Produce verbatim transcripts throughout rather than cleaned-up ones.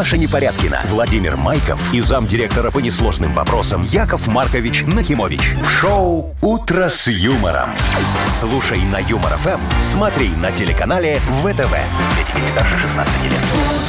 Маша Непорядкина, Владимир Майков и замдиректора по несложным вопросам Яков Маркович Нахимович. В шоу «Утро с юмором». Слушай на Юмор ФМ, смотри на телеканале ВТВ. Для детей старше шестнадцати лет.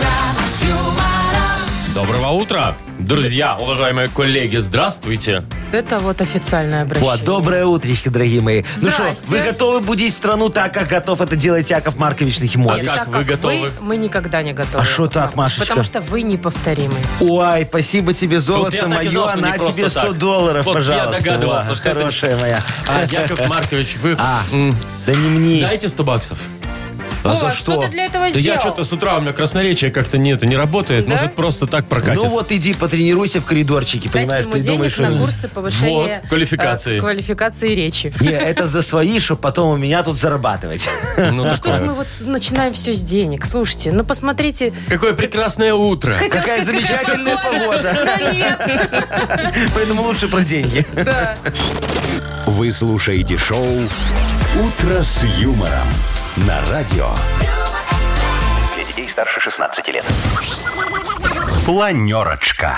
Доброго утра, друзья, уважаемые коллеги, здравствуйте. Это вот официальное обращение. Вот, доброе утречко, дорогие мои. Ну что, Здрасте. вы готовы будить страну так, как готов это делать Яков Маркович Нахимович? А как так вы готовы? Вы, мы никогда не готовы. А шо Яков так, Маркович, Машечка? Потому что вы неповторимы. Ой, спасибо тебе, Вот золото я так и мое, знал, что не на просто тебе сто так. долларов, Вот я пожалуйста. догадывался, Во, что это- хорошая моя. А, Яков Маркович, вы А, м, да не мне. дайте сто баксов. А О, за что что? ты для этого Да сделал? я что-то с утра, у меня красноречие как-то нет, не работает. Да? Может, просто так прокатит. Ну вот иди потренируйся в коридорчике, Дайте понимаешь, ему придумай денег на что-нибудь. курсы повышения Вот, квалификации. э, квалификации речи. Не, это за свои, чтобы потом у меня тут зарабатывать. Ну, Ну что ж такое. мы вот с- начинаем все с денег? Слушайте, ну посмотрите. Какое прекрасное утро. Хотела Какая сказать, замечательная погода. Но нет. Поэтому лучше про деньги. Да. Вы слушаете шоу «Утро с юмором» на радио. Для детей старше шестнадцати лет. Планерочка.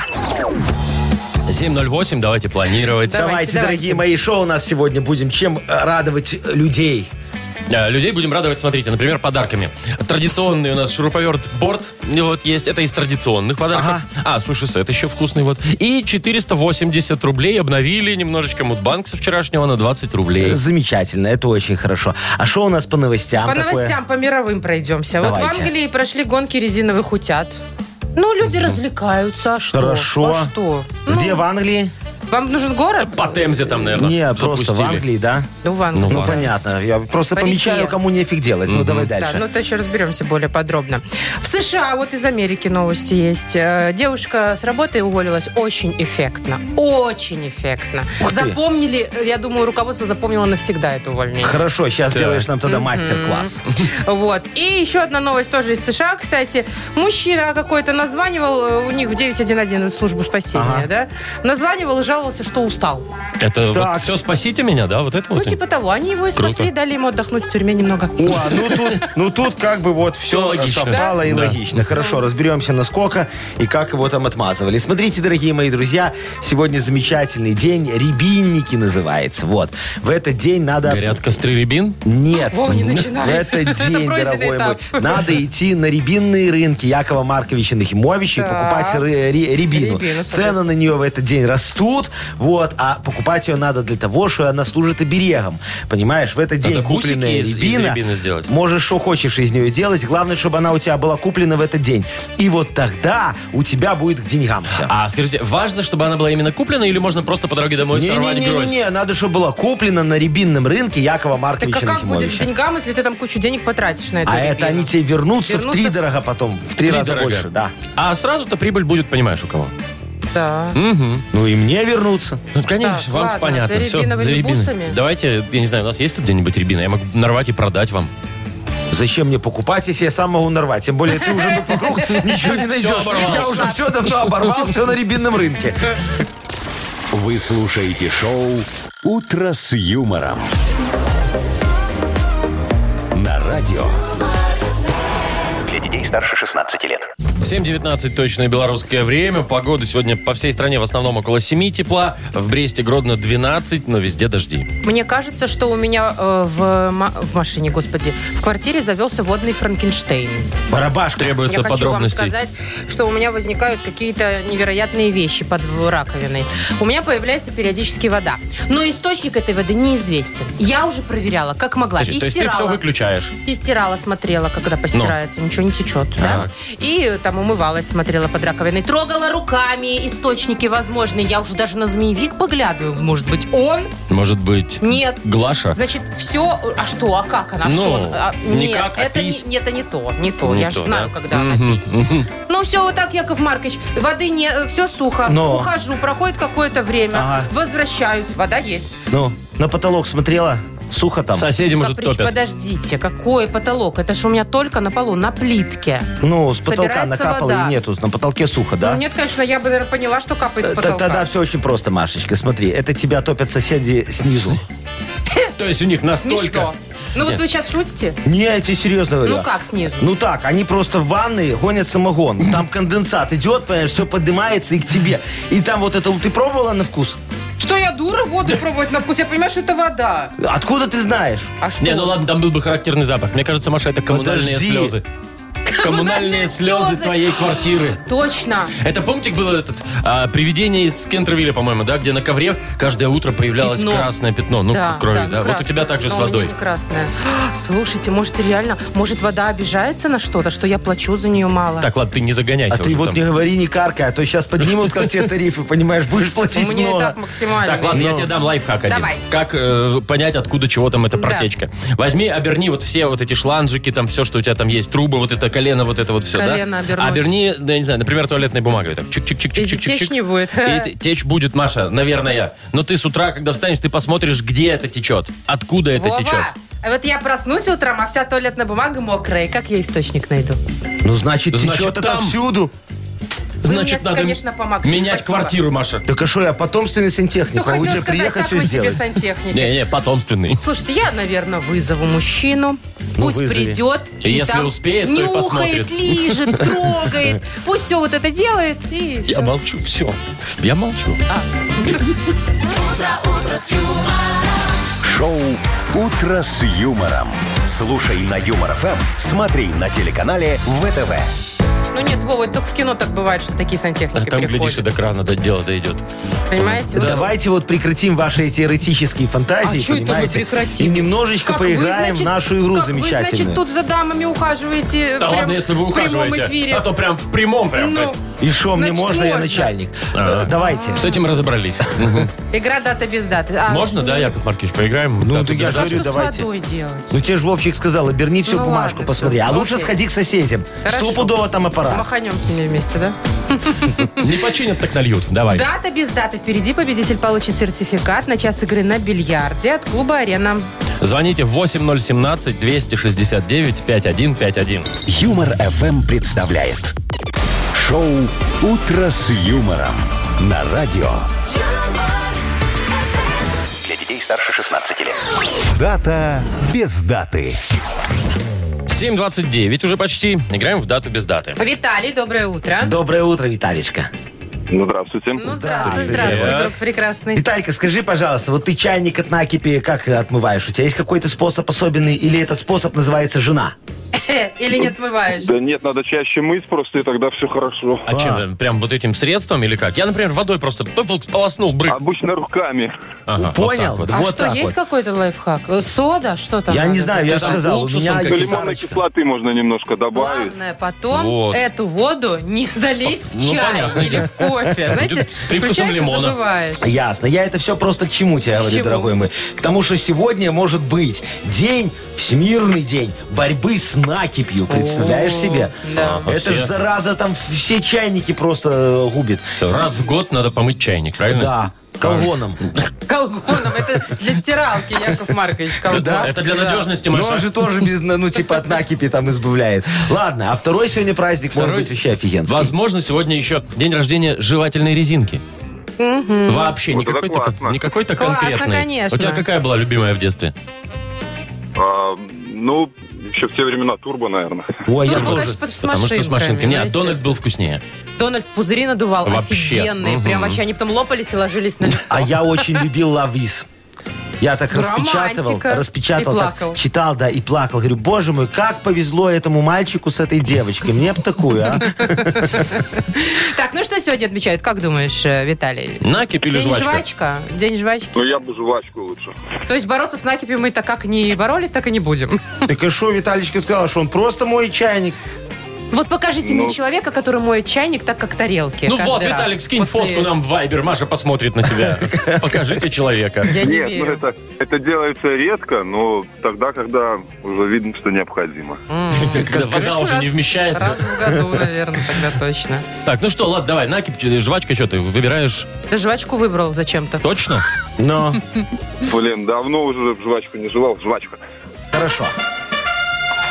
семь ноль восемь, давайте планировать. Давайте, Давайте, давайте. дорогие мои, шоу у нас сегодня будем чем э, радовать людей. А, Людей будем радовать, смотрите, например, подарками. Традиционный у нас шуруповерт-борт вот есть. Это из традиционных подарков. А, суши-сет еще вкусный вот. И четыреста восемьдесят рублей обновили немножечко Мудбанк со вчерашнего на двадцать рублей. Замечательно, это очень хорошо. А что у нас по новостям По такое? новостям, по мировым пройдемся. Вот в Давайте. Англии прошли гонки резиновых утят. Ну, люди развлекаются, а что? Хорошо. А что? Где, Ну, в Англии? Вам нужен город? По Темзе там, наверное, Не, просто в запустили. Англии, да? Ну, в Англии. Ну, ладно. понятно. Я просто По помечаю, реке. кому нефиг делать. Ну, давай Да, дальше. ну то еще разберемся более подробно. В США, вот из Америки новости есть. Э, Девушка с работы уволилась очень эффектно. Очень эффектно. Ух ты. Запомнили, э, я думаю, руководство запомнило навсегда это увольнение. Хорошо, сейчас Так. делаешь нам тогда мастер-класс. Вот. И еще одна новость тоже из США, кстати. Мужчина какой-то названивал, э, у них в девять один один службу спасения, Ага. да? Названивал и жаловался, что устал. Это Так. вот все, спасите меня, да? Вот это Ну, вот? типа того. Они его и спасли, Круто. дали ему отдохнуть в тюрьме немного. О, ну тут, ну тут как бы вот все логично. совпало и Да. логично. Хорошо, разберемся насколько и как его там отмазывали. Смотрите, дорогие мои друзья, сегодня замечательный день. Рябинники называется. Вот. В этот день надо... Горят костры рябин? Нет. Во, не В начинай. этот Это день, пройденный дорогой мой, этап. надо идти на рябинные рынки Якова Марковича Нахимовича и Так. покупать ры- ре- рябину. Рябину, Цены соответственно. на нее в этот день растут, вот, а покупать ее надо для того, что она служит оберегом. Понимаешь, в этот день Надо бусики купленная из- из рябина, рябины сделать. можешь что хочешь из нее делать, главное, чтобы она у тебя была куплена в этот день. И вот тогда у тебя будет к деньгам все. А, скажите, важно, чтобы она была именно куплена, или можно просто по дороге домой сорвать гроздь? Не-не-не, надо, чтобы была куплена на рябинном рынке Якова Так Марковича а как будет Нахимовича. деньгам, если ты там кучу денег потратишь на это? А это они тебе вернутся, Вернутся в три в- дорого потом, в три раза Втридорога. больше, да. А сразу-то прибыль будет, понимаешь, у кого? Да. Ну и мне вернутся. Ну, конечно, Так, вам ладно, понятно. за Всё, рябиновыми рябины. бусами? Давайте, я не знаю, у нас есть тут где-нибудь рябина? Я могу нарвать и продать вам. Зачем мне покупать, если я сам могу нарвать? Тем более ты уже тут вокруг ничего не найдешь. оборвал. Я уже все давно оборвал, все на рябинном рынке. Вы слушаете шоу «Утро с юмором» на радио. Для детей старше шестнадцати лет. семь девятнадцать точное белорусское время. Погода сегодня по всей стране в основном около семи тепла. В Бресте, Гродно двенадцать, но везде дожди. Мне кажется, что у меня э, в, ма- в машине, господи, в квартире завелся водный Франкенштейн. Барабашка. Требуется Я хочу вам подробностей. сказать, что у меня возникают какие-то невероятные вещи под раковиной. У меня появляется периодически вода. Но источник этой воды неизвестен. Я уже проверяла, как могла. Подожди, И то есть ты стирала. все выключаешь? И стирала, смотрела, когда постирается, ничего не течет. Да? Так. И там умывалась, смотрела под раковиной. Трогала руками источники возможные. Я уже даже на змеевик поглядываю. Может быть, он? Может быть, Нет. Глаша? Значит, все... А что? А как она? Ну, что? А, не нет, как, а это, пись. не, это не то. Не то. Не Я же то, знаю, да? когда она Мгм, пись. мгм. Ну, все вот так, Яков Маркович. Воды не... Все сухо. Но. Ухожу. Проходит какое-то время. Ага. Возвращаюсь. Вода есть. Ну, на потолок смотрела? Сухо там? Соседи, может, Каприч, топят. подождите. Какой потолок? Это же у меня только на полу, на плитке. Ну, с потолка Собирается накапало вода. и нету. На потолке сухо, да? Ну, нет, конечно, я бы, наверное, поняла, что капает с Т- потолка. Тогда все очень просто, Машечка. Смотри, это тебя топят соседи снизу. То есть у них настолько... Смешно. Ну вот Нет. вы сейчас шутите? Не, я тебе серьезно говорю. Ну как снизу? Ну так, они просто в ванной гонят самогон. Там конденсат идет, понимаешь, все поднимается и к тебе. И там вот это, ты пробовала на вкус? Что я дура воду пробовать на вкус? Я понимаю, что это вода. Откуда ты знаешь? А что? Не, ну ладно, там был бы характерный запах. Мне кажется, Маша, это коммунальные Подожди. слезы. Коммунальные слезы слезы. твоей квартиры. Точно. Это, помните, было этот а, привидение из Кентервилля, по-моему, да, где на ковре каждое утро появлялось Пятно. красное пятно, ну, Да, крови, да, да. ну, Вот у тебя красное. также с Но у меня водой. не красная. Слушайте, может реально, может вода обижается на что-то, что я плачу за нее мало? Так, ладно, ты не загоняйся А ты уже вот там. не говори, не каркай, а то сейчас поднимут как те тарифы, понимаешь, будешь платить У меня и много. так максимально. Так, ладно, я Ну. тебе дам лайфхак один. Давай. Как э, понять, откуда чего там эта Да. протечка. Возьми, оберни вот все вот эти шланжики, там все, что у тебя там есть, трубы, вот это колено, вот это вот все, Колено да? обернуть. Оберни, ну, я не знаю, например, туалетной бумагой. Так, И чик-чик-чик-чик-чик-чик. течь не будет. И т- течь будет, Маша, наверное. Но ты с утра, когда встанешь, ты посмотришь, где это течет, откуда это Вова, течет. а вот я проснусь утром, а вся туалетная бумага мокрая. Как я источник найду? Ну, значит, Значит, течет это там. всюду. Вы Значит, мне, надо конечно, помогли. менять Спасибо. квартиру, Маша. Так а что, я потомственный сантехник, Ну, могу хотела тебе сказать, приехать как все вы себе сделать. сантехники. Не-не, потомственный. Слушайте, я, наверное, вызову мужчину. Ну, Пусть вызови. придет. И если там успеет, то и нюхает, посмотрит. лижет, трогает. Пусть все вот это делает. И Я всё. молчу, все. Я молчу. Шоу «Утро с юмором». Слушай на Юмор ФМ, смотри на телеканале ВТВ. Ну нет, Вова, только в кино так бывает, что такие А сантехники там, глядишь, и приходят. до крана до дела дойдет. Понимаете? Вот Давайте вот прекратим ваши эти эротические фантазии, А что это мы понимаете? прекратим? И немножечко Как вы, поиграем значит, в нашу игру как замечательную. Вы, значит, тут за дамами ухаживаете Да прям ладно, если вы в прямом ухаживаете. эфире. А то прям в прямом прям. Ну, И что, мне Значит, можно, я можно. начальник. Ага. Э, Давайте. С этим разобрались. Мгм. игра дата без даты. А, Можно, да, Яков Маркович, поиграем? Ну, Да, так я да. же А говорю, что давайте. с водой делать? Ну, тебе же Вовчик сказал, оберни всю Ну, бумажку, ладно, посмотри. всё. А лучше Окей. сходи к соседям. Хорошо. Стопудово там аппарат. Маханем с ними вместе, да? Не починят, так нальют. Давай. Дата без даты впереди. Победитель получит сертификат на час игры на бильярде от клуба «Арена». Звоните восемь ноль семнадцать двести шестьдесят девять пятьдесят один пятьдесят один. Юмор ФМ представляет шоу «Утро с юмором» на радио. Для детей старше шестнадцати лет. Дата без даты. семь двадцать девять уже почти. Играем в дату без даты. Виталий, доброе утро. Доброе утро, Виталичка. Ну, здравствуйте. Ну, здравствуй, Здравствуй. здравствуй, Привет. друг прекрасный. Виталька, скажи, пожалуйста, вот ты чайник от накипи как отмываешь? У тебя есть какой-то способ особенный или этот способ называется жена? Или не отмываешь? Да нет, надо чаще мыть просто, и тогда все хорошо. А, чем? Прям вот этим средством или как? Я, например, водой просто пыпл, сполоснул, брык. Обычно руками. Ага, вот Понял? так вот. А Вот что, так есть вот. какой-то лайфхак? Э, Сода? Что там? Я надо не знаю, я сделать? же сказал, у уксусом меня каким-то. есть Лимонной Сарочка. кислоты можно немножко добавить. Главное потом Вот. эту воду не залить в Ну, чай понятно. или в кофе. Знаете, С привкусом включаешь и лимона. забываешь. Ясно. Я это все просто к чему тебе говорю, чему? дорогой мой? К тому, что сегодня может быть день, всемирный день борьбы с накипью. Представляешь себе? Да. А Это все? ж, зараза, там все чайники просто э, губит. Всё, раз в год надо помыть чайник, правильно? Да, колгоном. Колгоном. Это для стиралки, Яков Маркович. Колгон. Да? Это для Да. надежности, Но Маша. он же тоже без, ну, типа от накипи там избавляет. Ладно, а второй сегодня праздник Второй- может быть вообще офигенский. Возможно, сегодня еще день рождения жевательной резинки. Вообще, не Вот это какой-то, классно. не какой-то Классно, конкретный. конечно. У тебя какая была любимая в детстве? А, ну, еще в те времена турбо, наверное. Ой, я Ну, тоже. конечно, с Потому что с машинками. машинкой. ну, Нет, Дональд естественно. был вкуснее. Дональд пузыри надувал Вообще. офигенные. Мгм. Прям вообще они потом лопались и ложились на лицо. А я очень любил лавис. Я так Ну, распечатывал, романтика. распечатал, И так плакал. читал, да, и плакал. Говорю, боже мой, как повезло этому мальчику с этой девочкой. Мне бы такую, а. Так, ну что сегодня отмечают? Как думаешь, э, Виталий? Накипь или День жвачка? жвачка? День жвачки. Ну, я бы жвачку лучше. То есть бороться с накипью мы так как не боролись, так и не будем. Так и что, Виталичка сказала, что он просто мой чайник. Вот покажите Ну. мне человека, который моет чайник так, как тарелки. Ну каждый вот, раз Виталик, скинь после- фотку нам в Вайбер. Маша посмотрит на тебя. Покажите человека. Я не Нет, ну верю. это, это делается редко, но тогда, когда уже видно, что необходимо. Когда вода Конечно, уже раз- не вмещается. Раз в году, наверное, тогда точно. Так, ну что, ладно, давай, накипь, жвачка, что ты выбираешь? Ты жвачку выбрал зачем-то. Точно? Но, Блин, давно уже жвачку не жевал. Жвачка. хорошо.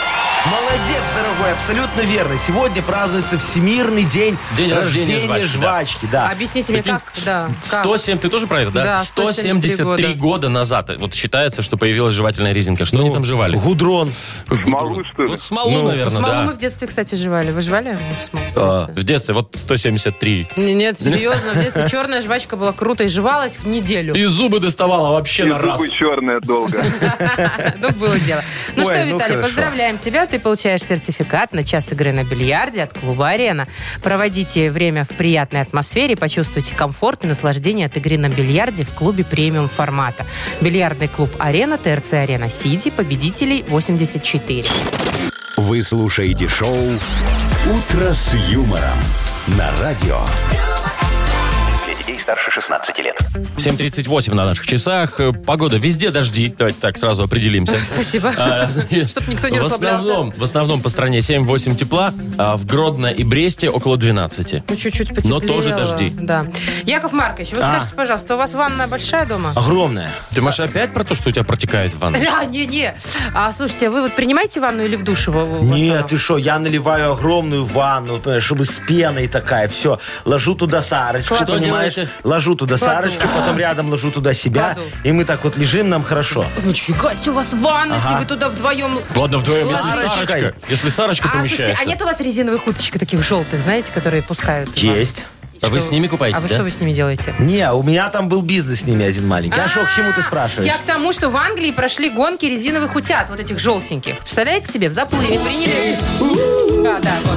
Молодец, дорогой, абсолютно верно. Сегодня празднуется Всемирный день, День рождения рождения жвачки, жвачки. Да. Объясните мне, как? Да, как? сто семь, ты тоже про это, да? Да, сто сто семьдесят три семьдесят три года назад. Вот считается, что появилась жевательная резинка. Что они там жевали? Гудрон. Смолу, что ли? Вот смолу, Ну, наверное, Смолу да. мы в детстве, кстати, жевали. Вы жевали в смолу? А. В детстве вот сто семьдесят три. Н- Нет, серьезно, в детстве черная жвачка была круто и жевалась неделю. И зубы доставала вообще И на раз. зубы черные долго. Ну, было дело. Ну Ой, что, ну Виталий, хорошо. поздравляем тебя. Ты получаешь сертификат на час игры на бильярде от клуба «Арена». Проводите время в приятной атмосфере, почувствуйте комфорт и наслаждение от игры на бильярде в клубе премиум формата. Бильярдный клуб «Арена», ТРЦ «Арена Сити», победителей восемьдесят четыре. Вы слушаете шоу «Утро с юмором» на радио. Для детей старше шестнадцати лет. семь тридцать восемь на наших часах. Погода везде дожди. Давайте так сразу определимся. Спасибо. А, Чтоб никто не в расслаблялся. основном, в основном по стране семь-восемь тепла, а в Гродно и Бресте около двенадцати. Ну, чуть-чуть потеплело. Но тоже дожди. Да. Яков Маркович, вы А. скажите, пожалуйста, у вас ванная большая дома? Огромная. Ты, Маша, опять про то, что у тебя протекает ванна? Да, не-не. А, слушайте, вы вот принимаете ванну или в душе? в- в Нет, основном? ты что, я наливаю огромную ванну, понимаешь, чтобы с пеной такая, все. Ложу туда Сарочку, Что понимаешь? делаете? Ложу туда Кладу. Сарочку, потом рядом ложу туда себя. Кладу. И мы так вот лежим, нам хорошо. Нифига себе, у вас ванна, Ага. и вы туда вдвоем... Ладно, вдвоем, если Сарочкой. Сарочка, если Сарочка А, слушайте, помещается. а нет у вас резиновых уточек таких желтых, знаете, которые пускают? в ванну? Есть. А вы Что с ними купаетесь, А вы да? что вы с ними делаете? Не, у меня там был бизнес с ними один маленький. А что, к чему ты спрашиваешь? Я к тому, что в Англии прошли гонки резиновых утят, вот этих желтеньких. Представляете себе, в заплыве приняли... Да, да, вот.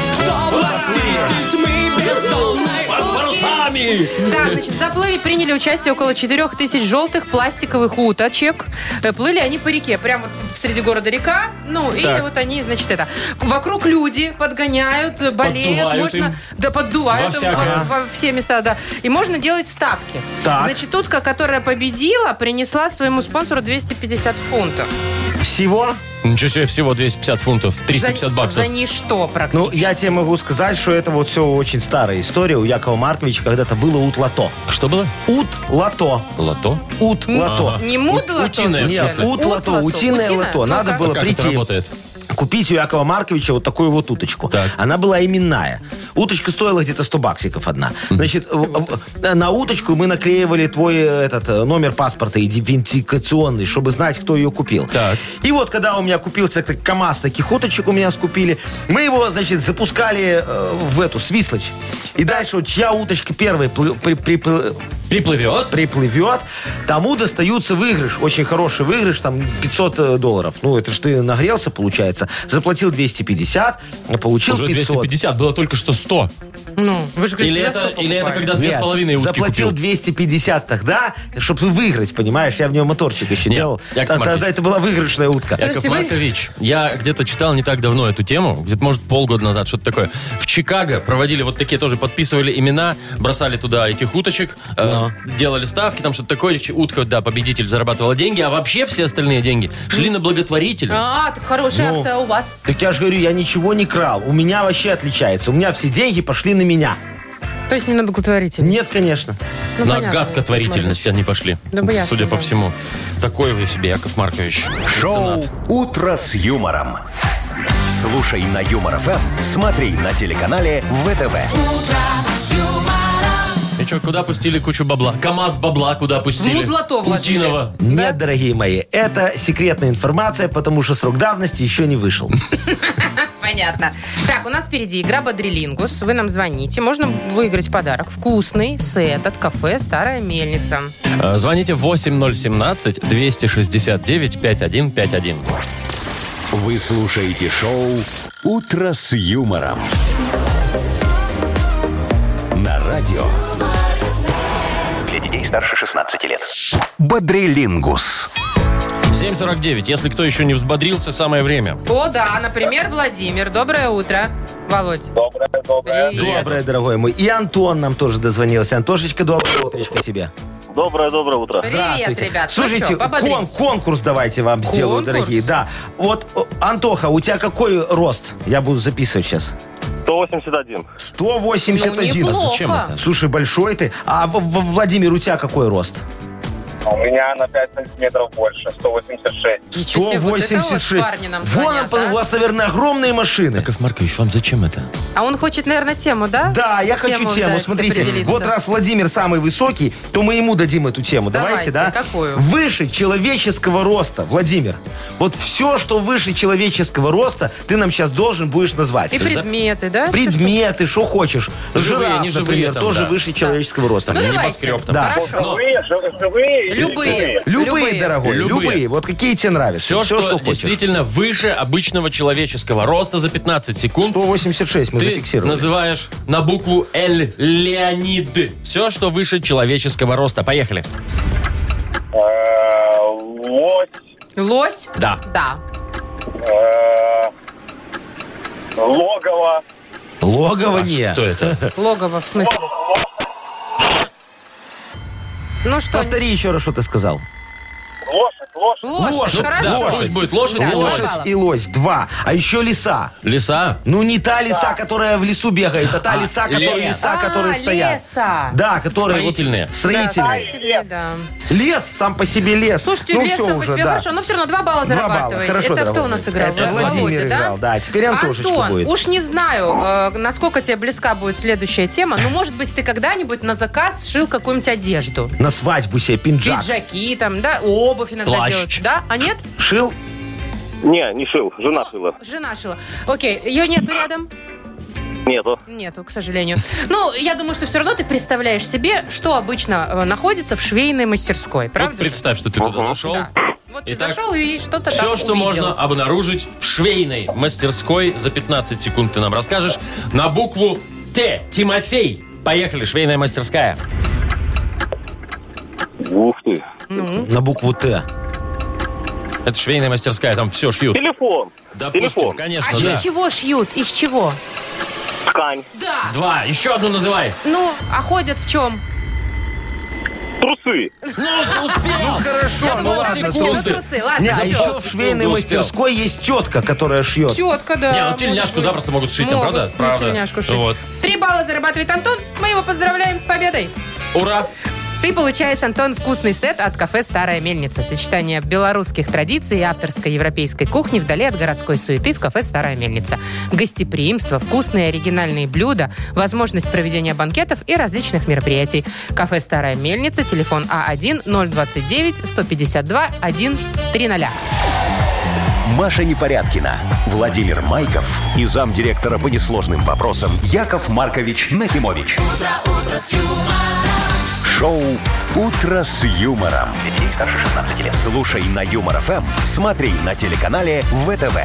Под парусами! Да, значит, в заплыве приняли участие около четырех тысяч желтых пластиковых уточек. Э, Плыли они по реке, прямо вот среди города река. Ну, и Так. вот они, значит, это... Вокруг люди подгоняют, э, болеют. Поддувают можно, им. Да, поддувают Во им всякое. во, во все места, да. И можно делать ставки. Так. Значит, утка, которая победила, принесла своему спонсору двести пятьдесят фунтов. Всего? Ничего себе, всего двести пятьдесят фунтов, триста пятьдесят за, баксов. за ничто практически. Ну, я тебе могу сказать, что это вот все очень старая история. У Якова Марковича когда-то было ут-лото. Что было? Ут-лото. Лото? Ут-лото. Не мудло, утиное, в Нет, смысле? ут-лото, утиное Утиное? лото. Ну, Надо как? было Как это прийти, работает? купить у Якова Марковича вот такую вот уточку. Так. Она была именная. Уточка стоила где-то сто баксиков одна. Значит, в- в- на уточку мы наклеивали твой э, этот э, номер паспорта идентификационный, чтобы знать, кто ее купил. Так. И вот, когда у меня купился так- КамАЗ таких уточек, у меня скупили, мы его, значит, запускали э, в эту, свислочь. И дальше вот чья уточка первой плы- при- при- Приплывет? приплывет, тому достаются выигрыш. Очень хороший выигрыш, там пятьсот долларов. Ну, это ж ты нагрелся, получается. Заплатил двести пятьдесят, получил Уже пятьсот. двести пятьдят, было только что сто. Ну, вы же Или за это, сто или это покупали. когда две с Нет, половиной утки заплатил купил? двести пятьдесят тогда, чтобы выиграть, понимаешь? Я в нем моторчик еще Нет, делал. Яков Т- Маркович. Тогда это была выигрышная утка. Яков Подождите, вы- Маркович, я где-то читал не так давно эту тему, где-то, может, полгода назад, что-то такое. В Чикаго проводили вот такие, тоже подписывали имена, бросали туда этих уточек, э, делали ставки, там что-то такое, утка, да, победитель зарабатывала деньги, а вообще все остальные деньги шли на благотворительность. А, так хорошая Ну. акция а у вас. Так я же говорю, я ничего не крал. У меня вообще отличается. У меня все деньги пошли на меня. То есть не на благотворительность. Нет, конечно. Ну, на понятно, гадкотворительность они пошли, Да, бы ясно, судя по да. всему. Такой вы себе, Яков Маркович. Шоу меценат. «Утро с юмором». Слушай на Юмор ФМ, смотри на телеканале ВТВ. И что, куда пустили кучу бабла? КамАЗ бабла куда пустили? В мудлото вложили. Утиного. Нет, дорогие мои, это секретная информация, потому что срок давности еще не вышел. Понятно. Так, у нас впереди игра «Бодрилингус». Вы нам звоните. Можно выиграть подарок. Вкусный сет от кафе «Старая мельница». Э, Звоните восемь ноль семнадцать двести шестьдесят девять пятьдесят один пятьдесят один. Вы слушаете шоу «Утро с юмором». На радио. Для детей старше шестнадцати лет. Бодрилингус. семь сорок девять. Если кто еще не взбодрился, самое время. О, да, например, Владимир. Доброе утро. Володь. Доброе, доброе. Привет. Доброе, дорогой мой. И Антон нам тоже дозвонился. Антошечка, доброе утречко тебе. Доброе, доброе утро. Привет, ребят. Ну Слушайте, что, кон- пободримся? конкурс давайте вам сделаю, Конкурс? дорогие. Да. Вот, о, Антоха, у тебя какой рост? Я буду записывать сейчас. сто восемьдесят один. сто восемьдесят один. Ну, неплохо. зачем это? Слушай, большой ты. А В- В- Владимир, у тебя какой рост? У меня на пять сантиметров больше, сто восемьдесят шесть. Ничего себе, сто вот это вот восемьдесят шесть. парни нам Вон, звонят, он, а? у вас, наверное, огромные машины. Яков Маркович, вам зачем это? А он хочет, наверное, тему, да? Да, я хочу Тему, тему. да, Смотрите, определиться. вот раз Владимир самый высокий, то мы ему дадим эту тему. Давайте, Давайте, да? какую? Выше человеческого роста, Владимир. Вот все, что выше человеческого роста, ты нам сейчас должен будешь назвать. И предметы, да? Предметы, что хочешь. Живые, Жираф, не живые например, там, тоже да. выше человеческого роста. Ну, давайте. Небоскреб там. Да. Хорошо. Живые, жи- живые или Любые. живые? Любые, Любые. дорогой, Любые. любые. Вот какие тебе нравятся. Все, что, что хочешь. действительно выше обычного человеческого роста за пятнадцать секунд. сто восемьдесят шесть мы Ты зафиксировали. называешь на букву Л Леонид. Все, что выше человеческого роста. Поехали. Э, Лось. Лось? Да. Да. э, Логово. Логово А не. что это? Логово, в смысле? Ну что, Повтори еще раз, что ты сказал. Лошадь, лошадь. лошадь, Лошадь, хорошо. Да, Лошадь. пусть будет лошадь Да, и два лошадь. балла. Лошадь и лось. Два. А еще лиса. Лиса. Ну, не та лиса, которая в лесу бегает, а та А, лиса, которые, лес. леса, А, которые стоят. леса. Да, которые вот Строительные. Да, строительные. строительные, да. Лес сам по себе лес. Слушайте, ну, лес все сам по уже, себе да. хорошо, но все равно два балла Два балла. зарабатываете. Хорошо, Это кто дорогой у нас мой. играл? Это Володя, Владимир да? играл, да. Теперь Антошечка Антон, будет. уж не знаю, э, насколько тебе близка будет следующая тема, но, может быть, ты когда-нибудь на заказ шил какую-нибудь одежду. На свадьбу себе пинджак. Пиджаки там, да, обувь иногда Плащ. делают. Да? А нет? Шил? Не, не шил, жена шила. Жена шила. Окей, ее нету рядом? Нету. Нету, к сожалению. Ну, я думаю, что все равно ты представляешь себе, что обычно э, находится в швейной мастерской, правда Вот же? представь, что ты туда Ага. зашел. Да. Вот Итак, ты зашел и что-то Все, там что увидел. можно обнаружить в швейной мастерской, за пятнадцать секунд ты нам расскажешь. На букву Т. Тимофей. Поехали, швейная мастерская. Ух ты. На букву Т. Это швейная мастерская, там все шьют. Телефон. Допустим, Телефон. конечно, А да. из чего шьют? Из чего? Ткань. Да. Два. Еще одну называй. Ну, а ходят в чем? Трусы. Ну, успел. Хорошо, Я ну думал, ладно. секунды. Ну, трусы, ладно, Не, а всё. еще в швейной Секунду успел. мастерской есть тетка, которая шьет. Тетка, да. Не, ну может тельняшку быть. запросто могут сшить, там, Могут правда? с- Правда. тельняшку шить. Вот. Три балла зарабатывает Антон. Мы его поздравляем с победой. Ура. Ты получаешь, Антон, вкусный сет от кафе «Старая мельница». Сочетание белорусских традиций и авторской европейской кухни вдали от городской суеты в кафе «Старая мельница». Гостеприимство, вкусные оригинальные блюда, возможность проведения банкетов и различных мероприятий. Кафе «Старая мельница», телефон А один ноль двадцать девять сто пятьдесят два один тридцать. Маша Непорядкина, Владимир Майков и замдиректора по несложным вопросам Яков Маркович Нахимович. Шоу «Утро с юмором». Для детей старше шестнадцати лет. Слушай на Юмор ФМ, смотри на телеканале ВТВ.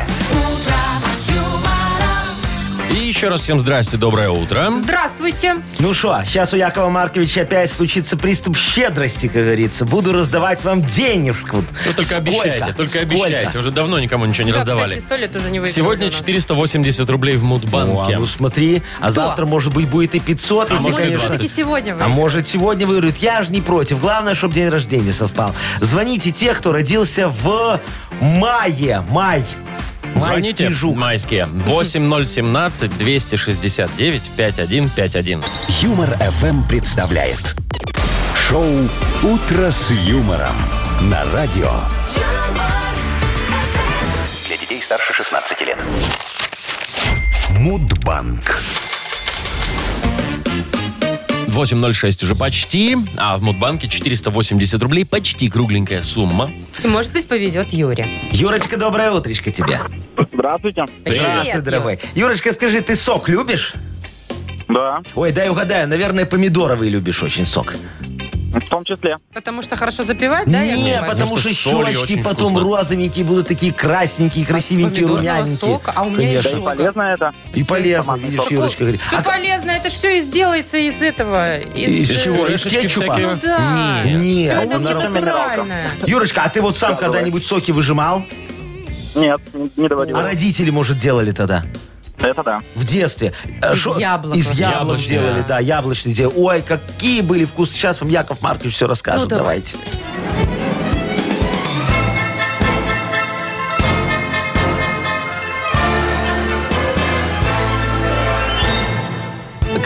И еще раз всем здрасте, доброе утро. Здравствуйте. Ну что, сейчас у Якова Марковича опять случится приступ щедрости, как говорится. Буду раздавать вам денежку. Вот Ну, только сколько? обещайте, только Сколько? обещайте. Уже давно никому ничего не Да, раздавали. кстати, сто лет уже не выиграли Сегодня у нас. четыреста восемьдесят рублей в О, Мудбанке. а ну смотри, а Кто? завтра, может быть, будет и пятьсот, А если, может, и конечно. двадцать. Все-таки сегодня вы. А может, сегодня выиграют. Я же не против. Главное, чтобы день рождения совпал. Звоните те, кто родился в мае. Май. Звоните, Майский жук. майские. восемь ноль семнадцать двести шестьдесят девять пятьдесят один пятьдесят один. Юмор ФМ представляет шоу «Утро с юмором» на радио. Для детей старше шестнадцати лет. Мудбанк. восемь ноль шесть уже почти, а в Мудбанке четыреста восемьдесят рублей, почти кругленькая сумма. И, может быть, повезет Юре. Юрочка, доброе утречко тебе. Здравствуйте. Здравствуй, Юр. дорогой. Юрочка, скажи, ты сок любишь? Да, Ой, дай угадаю, наверное, помидоровый любишь очень сок. в том числе. Потому что хорошо запивать, да? Яков Не, Маркович? потому Потому что что солью щечки очень потом вкусно. розовенькие будут, такие красненькие, красивенькие, помидорного румяненькие. сока, а у меня Конечно. еще- И полезно это. И полезно, Томатный видишь, сок. Юрочка говорит. Все А полезно, это ж все сделается из этого. Из, Из э, чего? Из Пюрешечки кетчупа? всякие. Ну да. Нет. Нет, Всё это ну, не нормально. натуральное. Юрочка, а ты вот сам Да, когда-нибудь соки выжимал? Нет, не- не А доводилось. родители, может, делали тогда? Это да. В детстве. Э, Из шо- яблок Из просто. яблок Яблочные. делали, да, яблочные делали. Ой, какие были вкусы. Сейчас вам Яков Маркович все расскажет. Ну, давайте.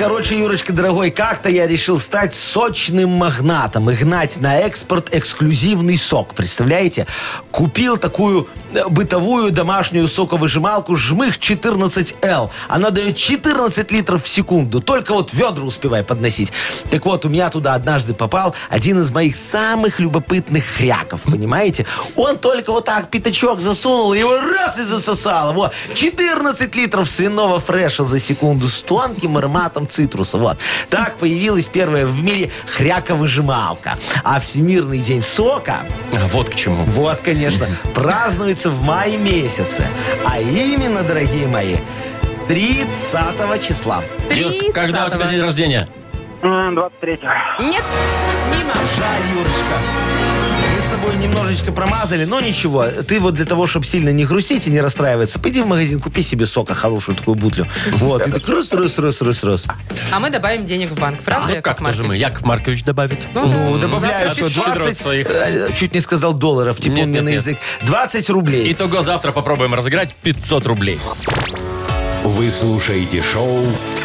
Короче, Юрочка, дорогой, как-то я решил стать сочным магнатом и гнать на экспорт эксклюзивный сок. Представляете? Купил такую э, бытовую домашнюю соковыжималку «Жмых четырнадцать эл». Она дает четырнадцать литров в секунду. Только вот ведра успевай подносить. Так вот, у меня туда однажды попал один из моих самых любопытных хряков, понимаете? Он только вот так пятачок засунул, и его раз и засосало. Вот, четырнадцать литров свиного фреша за секунду с тонким ароматом цитруса. Вот. Так появилась первая в мире хряковыжималка. А Всемирный день сока... А вот к чему. Вот, конечно, празднуется в мае месяце. А именно, дорогие мои, тридцатого числа. Юр, когда у тебя день рождения? М, двадцать третьего. Нет, мимо. Жаль, Юрочка. Мы с тобой немножечко промазали, но ничего. Ты вот для того, чтобы сильно не грустить и не расстраиваться, пойди в магазин, купи себе сока, хорошую такую бутлю. Вот, и так раз, раз, раз, раз, раз. А мы добавим денег в банк, правда, Ну Яков как тоже мы? Маркович? Яков Маркович добавит. Ну, добавляю завтра все, пишу. двадцать, своих. э, чуть не сказал долларов, типа Нет, мне нет, на нет. язык. двадцать рублей. Итого завтра попробуем разыграть пятьсот рублей. Вы слушаете шоу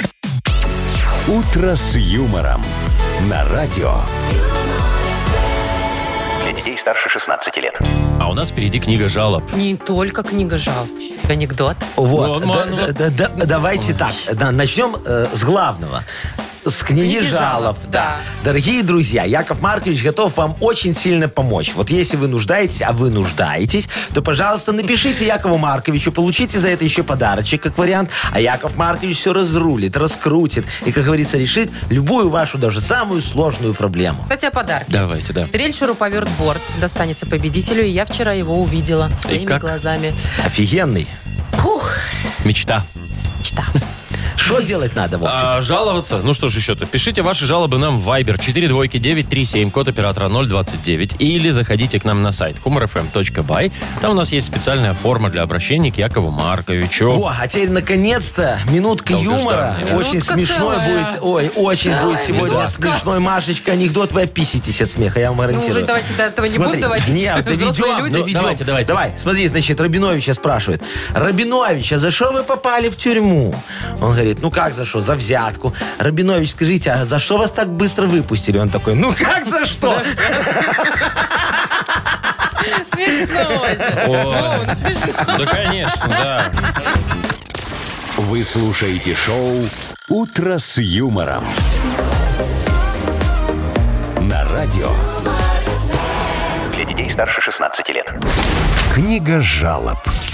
«Утро с юмором» на радио. Для детей старше шестнадцати лет. А у нас впереди книга жалоб. Не только книга жалоб. Анекдот. Вот, Ну, да- ну, да- да- да- давайте так, да, начнем э, с главного. С книги книги жалоб, жалоб, да. да. Дорогие друзья, Яков Маркович готов вам очень сильно помочь. Вот если вы нуждаетесь, а вы нуждаетесь, то, пожалуйста, напишите Якову Марковичу, получите за это еще подарочек, как вариант, а Яков Маркович все разрулит, раскрутит и, как говорится, решит любую вашу, даже самую сложную проблему. Кстати, о подарке. Давайте, да. Дрель шуруповерт борт достанется победителю, и я вчера его увидела своими как? глазами. Офигенный. Фух, Мечта. мечта. Что делать надо, Вовчик? А, жаловаться? Ну что ж еще-то. Пишите ваши жалобы нам в Viber четыре двойки девять три семь, код оператора ноль двадцать девять. Или заходите к нам на сайт humor эф эм точка бай. Там у нас есть специальная форма для обращения к Якову Марковичу. О, а теперь наконец-то минутка юмора. Долгожданный, да? Очень Минутка смешной целая. будет. Ой, очень Целая будет сегодня минутка. смешной, Машечка, анекдот. Вы описитесь от смеха, я вам Ну, гарантирую. уже давайте до этого не Смотри, будем доводить. Нет, Взрослые доведем, люди. доведем. Давайте, давайте. Давай, смотри, значит, Рабиновича спрашивает. Рабинович, а за что вы попали в тюрьму? Он говорит, ну как за что? За взятку. Рабинович, скажите, а за что вас так быстро выпустили? Он такой, ну как за что? Смешно же. Ой. О, ну смешно. Да, конечно, да. Вы слушаете шоу «Утро с юмором» на радио. Для детей старше шестнадцати лет. Книга жалоб.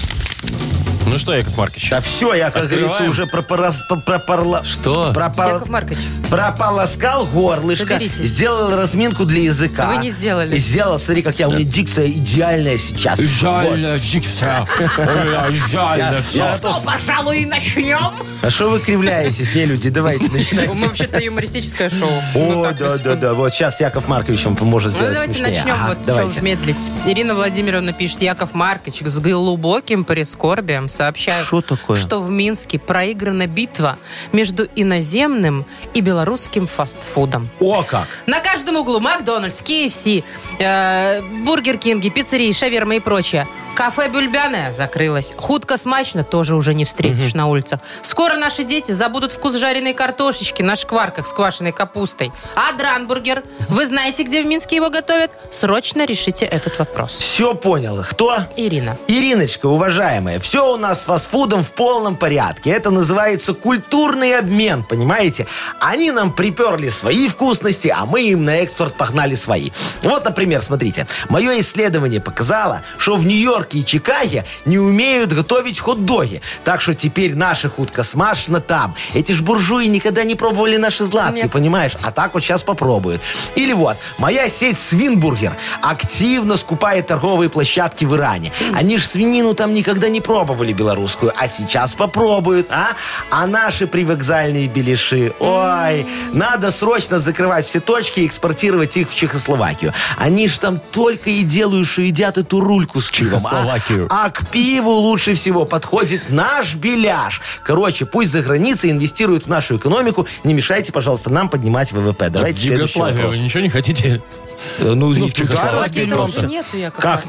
Ну что, Яков Маркович? Да все, я, как Открываем. говорится, уже пропораз- по- пропорла- Что? пропор- Яков Маркович, прополоскал горлышко, Соберитесь. сделал разминку для языка. Вы не сделали. И сделал, смотри, как я, у меня дикция идеальная сейчас. Идеально, дикция. Идеально, Я все. готов. пожалуй, и начнем. А что вы кривляетесь, не люди? Давайте начинайте. Мы вообще-то юмористическое шоу. О, Ну, так, да, на да, секунду. да. Вот сейчас Яков Маркович вам поможет Ну, сделать давайте смешнее. начнем. Ага, Вот давайте. что медлить. Ирина Владимировна пишет: Яков Маркович, с глубоким прискорбием сообщаю, Что такое? что в Минске проиграна битва между иноземным и белорусским фастфудом. О, как! На каждом углу Макдональдс, кей эф си, э, Бургер Кинги, пиццерии, шаверма и прочее. Кафе «Бульбяное» закрылось. Худко смачно тоже уже не встретишь на улицах. Скоро наши дети забудут вкус жареной картошечки на шкварках с квашеной капустой. А дранбургер? Вы знаете, где в Минске его готовят? Срочно решите этот вопрос. Все понял. Кто? Ирина. Ириночка, уважаемая, все у нас с фастфудом в полном порядке. Это называется культурный обмен, понимаете? Они нам приперли свои вкусности, а мы им на экспорт погнали свои. Вот, например, смотрите. Мое исследование показало, что в Нью-Йорке и Чикаго не умеют готовить хот-доги. Так что теперь наша хутка смачна там. Эти ж буржуи никогда не пробовали наши златки, Нет. понимаешь? А так вот сейчас попробуют. Или вот, моя сеть «Свинбургер» активно скупает торговые площадки в Иране. Они ж свинину там никогда не пробовали белорусскую, а сейчас попробуют, а? А наши привокзальные беляши, ой, надо срочно закрывать все точки и экспортировать их в Чехословакию. Они ж там только и делают, что едят эту рульку с пивом. а? Чехословакию. А к пиву лучше всего подходит наш беляш. Короче, пусть за границей инвестируют в нашу экономику. Не мешайте, пожалуйста, нам поднимать ВВП. Давайте В следующий Югославию вопрос. вы ничего не хотите? Э, Ну, Ну, и в туда Чехословакии разберемся. просто. Нету, Яков Как Маркович. нет?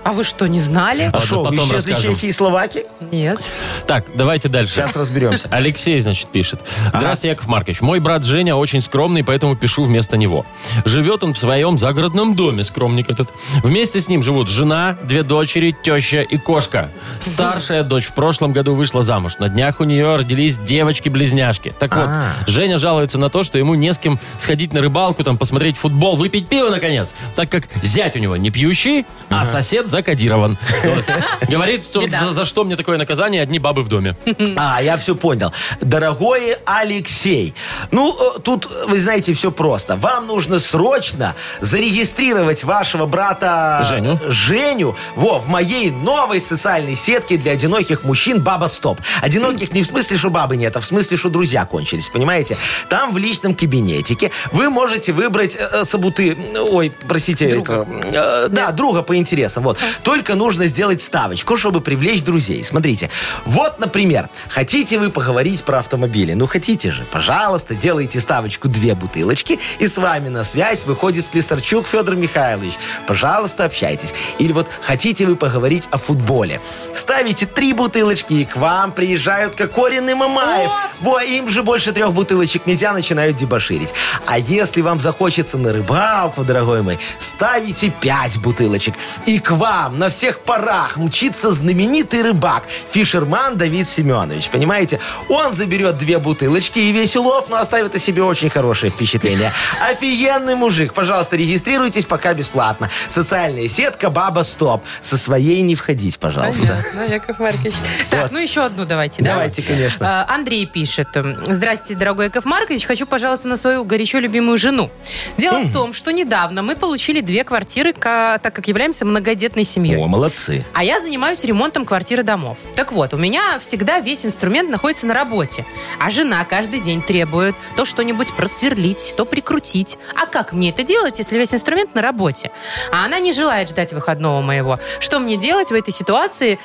А вы что, не знали? А Ладно, что, потом исчезли расскажем. Чехии и Словакии? Нет. Так, давайте дальше. Сейчас разберемся. Алексей, значит, пишет. Здравствуйте, Яков Маркович. Мой брат Женя очень скромный, поэтому пишу вместо него. Живет он в своем загородном доме, скромник этот. Вместе с ним живут жена, две дочери, теща и кошка. Старшая дочь в прошлом году вышла замуж. На днях у нее родились девочки-близняшки. Так вот, А. Женя жалуется на то, что ему не с кем сходить на рыбалку, там, посмотреть футбол, выпить пиво, наконец. Так как зять у него не пьющий, а сосед закодирован. Вот. Говорит, что Беда. за, за что мне такое наказание, одни бабы в доме. А, я все понял. Дорогой Алексей, ну, э, тут, вы знаете, все просто. Вам нужно срочно зарегистрировать вашего брата Женю. Женю во, в моей новой социальной сетке для одиноких мужчин «Баба Стоп». Одиноких не в смысле, что бабы нет, а в смысле, что друзья кончились, понимаете? Там в личном кабинетике вы можете выбрать э, э, собуты, ой, простите, Друга. это, э, да, друга по интересам. Вот. Только нужно сделать ставочку, чтобы привлечь друзей. Смотрите, вот, например, хотите вы поговорить про автомобили? Ну, хотите же, пожалуйста, делайте ставочку две бутылочки, и с вами на связь выходит Слесарчук Федор Михайлович. Пожалуйста, общайтесь. Или вот хотите вы поговорить о футболе? Ставите три бутылочки, и к вам приезжают Кокорин и Мамаев. Во, им же больше трех бутылочек нельзя, начинают дебоширить. А если вам захочется на рыбалку, дорогой мой, ставите пять бутылочек, и к вам на всех парах мчится знаменитый рыбак Фишерман Давид Семенович. Понимаете? Он заберет две бутылочки и весь улов, но оставит о себе очень хорошее впечатление. Офигенный мужик. Пожалуйста, регистрируйтесь пока бесплатно. Социальная сетка «Баба Стоп». Со своей не входить, пожалуйста. Понятно, Яков Маркович. Так, ну еще одну давайте, да? Давайте, конечно. А, Андрей пишет. Здрасте, дорогой Яков Маркович. Хочу пожаловаться на свою горячо любимую жену. Дело в том, что недавно мы получили две квартиры, ка- так как являемся многодетной семьей. О, молодцы. А я занимаюсь ремонтом квартир и домов. Так вот, у меня всегда весь инструмент находится на работе. А жена каждый день требует то что-нибудь просверлить, то прикрутить. А как мне это делать, если весь инструмент на работе? А она не желает ждать выходного моего. Что мне делать в этой ситуации?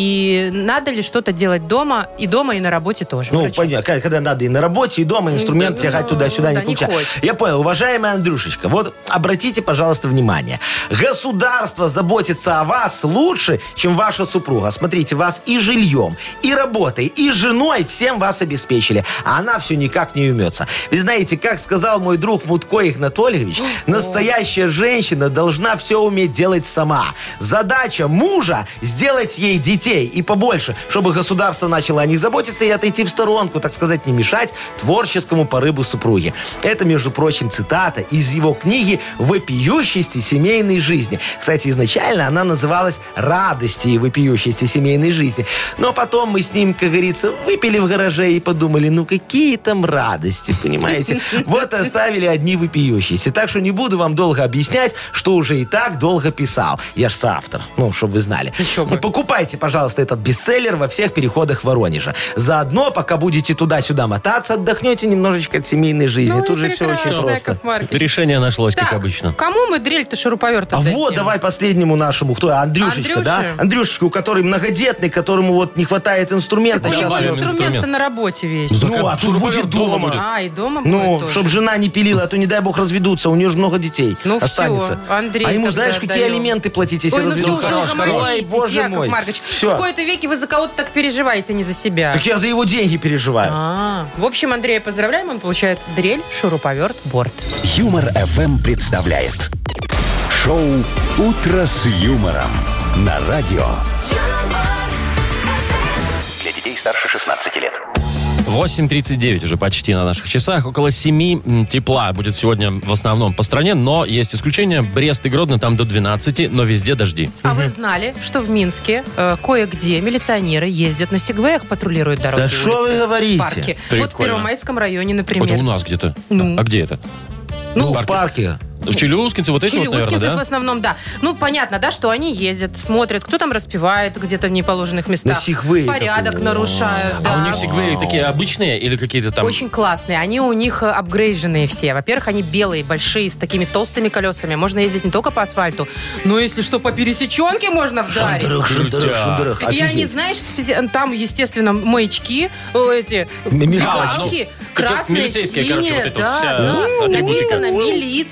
И надо ли что-то делать дома? И дома, и на работе тоже. Ну, Короче, понятно, когда- когда надо и на работе, и дома инструмент да, тягать ну, туда-сюда да, не не получается. хочется. Я понял, уважаемая Андрюшечка, вот обратите, пожалуйста, внимание. Государство заботится о вас лучше, чем ваша супруга. Смотрите, вас и жильем, и работой, и женой всем вас обеспечили. А она все никак не умется. Вы знаете, как сказал мой друг Мутко Игнатольевич, настоящая женщина должна все уметь делать сама. Задача мужа сделать ей детей и побольше, чтобы государство начало о них заботиться и отойти в сторонку, так сказать, не мешать творческому порыву супруги. Это, между прочим, цитата из его книги «Вопиющести семейной жизни». Кстати, изначально она называлась «Радости и вопиющести семейной жизни». Но потом мы с ним, как говорится, выпили в гараже и подумали, ну какие там радости, понимаете? Вот и оставили одни вопиющиеся. Так что не буду вам долго объяснять, что уже и так долго писал. Я ж соавтор, ну, чтобы вы знали. Еще бы. Ну, покупайте, пожалуйста, этот бестселлер во всех переходах Воронежа. Заодно, пока будете туда-сюда мотаться, отдохнете немножечко от семейной жизни. Ну, Тут и же все очень прекрасно, просто. Яков Маркович. Решение нашлось, как Так, обычно. кому мы дрель-то шуруповерт А отдадим? вот, давай последнему нашему, кто? Андрюшечка, Андрюше? да? Андрюшечка, у которой многодетный, которому вот не хватает инструмента. У Да, него добавим Сейчас- инструмент-то инструмент. на работе весь. Ну, Ну, а тут шуруповерт будет дома. будет. А, и дома будет Ну, тоже. чтобы жена не пилила, а то, не дай бог, разведутся. У нее же много детей Ну, всё, останется. Андрей а ему, тогда знаешь, какие отдаем. алименты платить, если Ой, ну все, разведутся? уже Хорош, хорош. Ой, угомонитесь, боже Яков мой. Маркович. Всё. В кои-то веки вы за кого-то так переживаете, не за себя. Так я за его деньги переживаю. А, в общем, Андрея поздравляем, он получает дрель, шуруповерт, борт. Юмор эф эм представляет шоу «Утро с юмором» на радио. Для детей старше шестнадцати лет. восемь тридцать девять уже почти на наших часах. Около семи м, тепла будет сегодня в основном по стране, но есть исключения. Брест и Гродно там до двенадцати, но везде дожди. А вы знали, что в Минске э, кое-где милиционеры ездят на сегвеях, патрулируют дороги, Да что улицы, вы говорите? парки. Вот в Прикольно. Первомайском районе, например. Это у нас где-то. Ну. А где это? Ну, в парке. парке. В Челюскинце, вот эти вот, наверное, Челюскинцев в да? основном, да. Ну, понятно, да, что они ездят, смотрят, кто там распевает где-то в неположенных местах. На сегвее Порядок такой. нарушают, да. А у них сегвеи такие обычные или какие-то там... Очень классные. Они у них э, апгрейженные все. Во-первых, они белые, большие, с такими толстыми колесами. Можно ездить не только по асфальту, но, если что, по пересеченке можно вдарить. Шандарах, шандарах, шандарах. И они, Офигеть. знаешь, физи- там, естественно, маячки, э, эти М- мигалки, мигалочки. Ну, как красные, милицейские, короче, синие, вот эта вот да, вся, да. э, атрибутика. Написано «милиция» на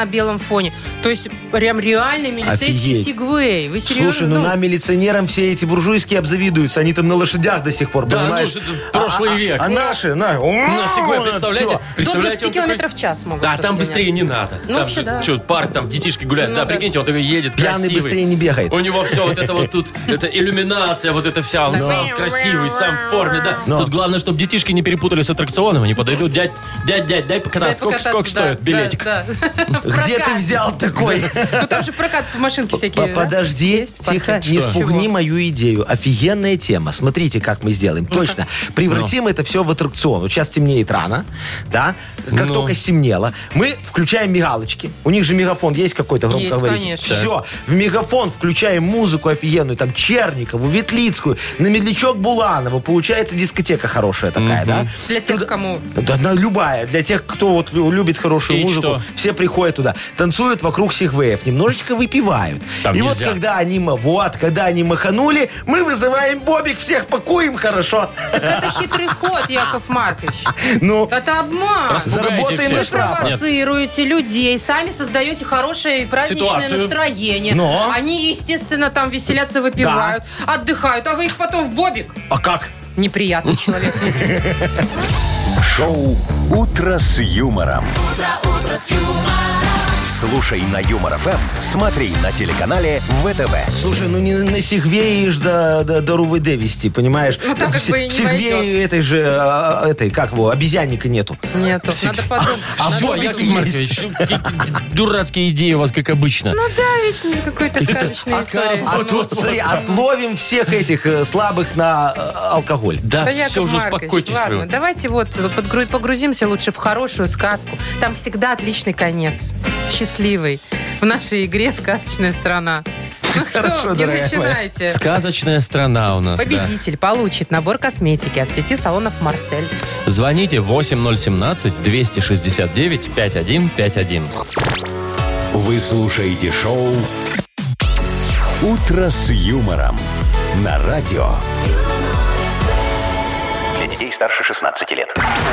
белом фоне. То есть прям реальный милицейский Офигеть. сигвей. Вы серьезно? Слушай, ну, нам, милиционерам, все эти буржуйские обзавидуются. Они там на лошадях до сих пор, Да, понимаешь? ну, это прошлый А- а- век. А, наши, на, На Сегвей, представляете? всё. До Представляете, двадцати он такой- километров в час могут Да, там разгоняться. быстрее не надо. Ну, там вообще, же, да. что, парк, там детишки гуляют. Ну, да, да. прикиньте, он такой едет Пьяный красивый. быстрее не бегает. У него все вот это вот тут, это иллюминация, вот это вся, он Да. сам красивый, сам в форме, да. Но. Тут главное, чтобы детишки не перепутали с аттракционом, они подойдут, дядь, дядь, дядь, дай покататься, Дай сколько, покататься, сколько да, стоит билетик? да, да. В Где ты прокат. взял такой? Ну там же прокат по машинке всякие, П- да? Подожди, Есть в тихо, парке? не Что? спугни Чего? мою идею. Офигенная тема. Смотрите, как мы сделаем. Точно. Превратим это все в аттракцион. Вот сейчас темнеет рано, да? Как Ну. только стемнело, мы включаем мигалочки. У них же мегафон есть какой-то громкоговоритель. Есть, конечно. Все. В мегафон включаем музыку офигенную. Там Черникову, Ветлицкую, на Медлячок Буланову. Получается дискотека хорошая такая, да? Для тех, Туда- кому... Да, да, любая. Для тех, кто вот лю- любит хорошую И музыку, что? все приходят туда, танцуют вокруг сигвеев, немножечко выпивают. Там И нельзя. вот когда они, ма- вот, когда они маханули, мы вызываем Бобик, всех пакуем хорошо. Так это хитрый ход, Яков Маркович. Ну, Это обман. Распугаете заработаем всех. Вы штраф. Нет. провоцируете людей, сами создаете хорошее и праздничное Ситуацию. настроение. Но. Они, естественно, там веселятся, выпивают, отдыхают, а вы их потом в бобик. а как? Неприятный человек. Шоу «Утро с юмором». Слушай на Юмор ФМ, смотри на телеканале ВТВ. Слушай, ну не на Сигвее ж до, до, до РУВД вести, понимаешь? Ну, так как В бы и не Сигвее войдет. этой же, а, этой, как его, обезьянника нету. Нету, надо подумать. А все, Бобик Яков есть. Маркович, какие дурацкие идеи у вас, как обычно. Ну да, вечно какой-то сказочная история. А, От- вот, смотри, отловим всех этих э, слабых на э, алкоголь. Да, Да, все, Яков уже Маркович, успокойтесь ладно, вы. давайте вот подгру- погрузимся лучше в хорошую сказку. Там всегда отличный конец. Счастливый. В нашей игре «Сказочная страна». Ну Хорошо, что, не дорогая начинайте. Сказочная страна у нас, да. Победитель получит набор косметики от сети салонов «Марсель». Звоните восемь ноль семнадцать двести шестьдесят девять пятьдесят один пятьдесят один. Вы слушаете шоу «Утро с юмором» на радио. Для детей старше шестнадцати лет.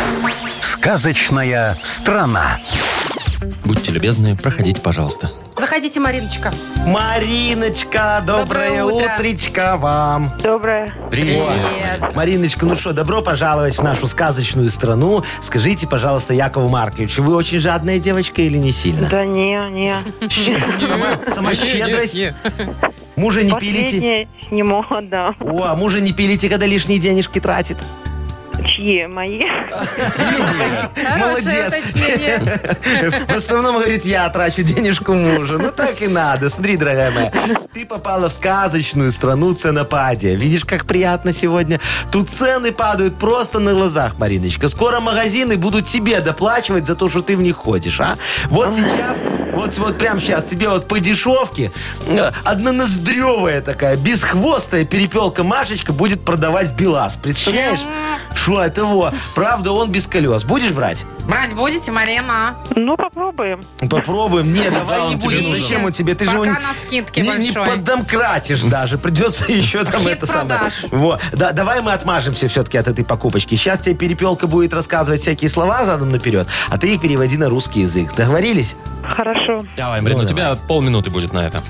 Сказочная страна. Будьте любезны, проходите, пожалуйста. Заходите, Мариночка. Мариночка, доброе, Доброе утро. утречко вам. Доброе. Привет. Мариночка, ну что, добро пожаловать в нашу сказочную страну. Скажите, пожалуйста, Якову Марковичу, вы очень жадная девочка или не сильно? Да не, не. Сама, сама щедрость? Мужа не пилите? Последнее сниму, да. О, а мужа не пилите, когда лишние денежки тратит? Чьи? Мои? Хорошее Молодец. уточнение. В основном, говорит, я трачу денежку мужа. Ну, так и надо. Смотри, дорогая моя, ты попала в сказочную страну ценопадия. Видишь, как приятно сегодня? Тут цены падают просто на глазах, Мариночка. Скоро магазины будут тебе доплачивать за то, что ты в них ходишь, а? Вот сейчас, вот, вот прямо сейчас тебе вот по дешевке э, одноноздревая такая, бесхвостая перепелка Машечка будет продавать БелАЗ. Представляешь? Что это во? Правда, он без колес. Будешь брать? Брать будете, Марина? Ну, попробуем. Попробуем. Не, давай он не тебе будем. нужен? Зачем он тебе? Ты же Пока его на скидке не, не большой. поддомкратишь даже. Придется еще там Хит это самое. продаж. Вот. Да, давай мы отмажемся все-таки от этой покупочки. Сейчас тебе перепелка будет рассказывать всякие слова задом наперед, а ты их переводи на русский язык. Договорились? Хорошо. Давай, Марина, Ну, у тебя полминуты будет на это.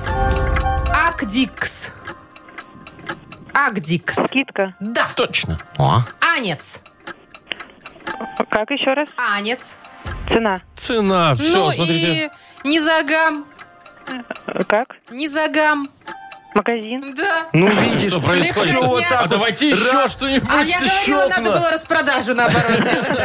Акдикс. Акдикс. Скидка. Да. Точно. О. Анец. Как еще раз? Анец. Цена. Цена, все, Ну смотрите. и Низагам. Как? Низагам. Магазин. Да. Ну, Что, видишь, что происходит? всё вот А так А вот. давайте еще Раз. что-нибудь. А я говорила, надо щелкнула. было распродажу наоборот делать.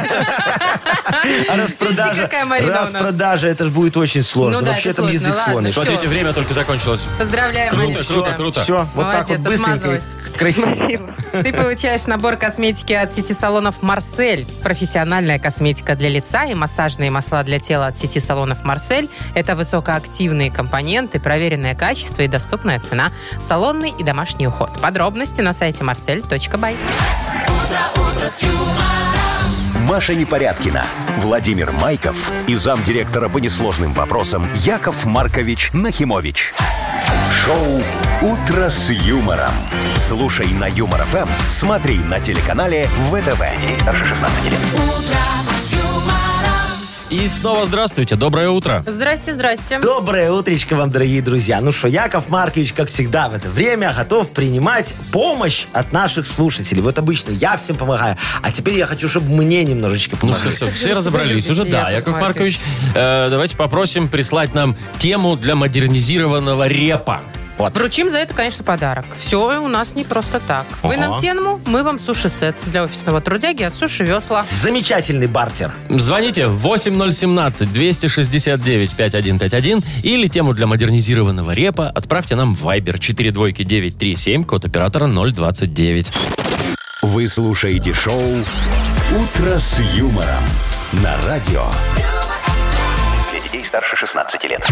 А распродажа, Видите, какая Марина у нас. распродажа, это же будет очень сложно. Ну да, Вообще это там сложно, язык ладно, сломишь. всё. Смотрите, время только закончилось. Поздравляем, Круто, Мариночка. круто, круто. Все, вот так вот Молодец, быстренько и отмазалась. красиво. Спасибо. Ты получаешь набор косметики от сети салонов «Марсель». Профессиональная косметика для лица и массажные масла для тела от сети салонов «Марсель». Это высокоактивные компоненты, проверенное качество и доступная цена. Салонный и домашний уход. Подробности на сайте марсель точка бай. Маша Непорядкина, Владимир Майков и замдиректора по несложным вопросам Яков Маркович Нахимович. Шоу «Утро с юмором». Слушай на Юмор ФМ, смотри на телеканале ВТВ. Ей старше шестнадцати лет. И снова здравствуйте, доброе утро. Здрасте, здрасте. Доброе утречко вам, дорогие друзья. Ну что, Яков Маркович, как всегда, в это время готов принимать помощь от наших слушателей. Вот обычно я всем помогаю, а теперь я хочу, чтобы мне немножечко Ну помогли. все, все, Как все вы разобрались себя уже, любите, да, Яков Яков Маркович. Маркович. э, давайте попросим прислать нам тему для модернизированного репа. Вот. Вручим за это, конечно, подарок. Все у нас не просто так. Вы Ага. нам тему, мы вам суши-сет для офисного трудяги от Суши Весла. Замечательный бартер. Звоните восемь ноль семнадцать двести шестьдесят девять пятьдесят один пятьдесят один или тему для модернизированного репа отправьте нам в Viber четыре двойки девять три семь, код оператора ноль двадцать девять. Вы слушаете шоу «Утро с юмором» на радио. Для детей старше шестнадцати лет.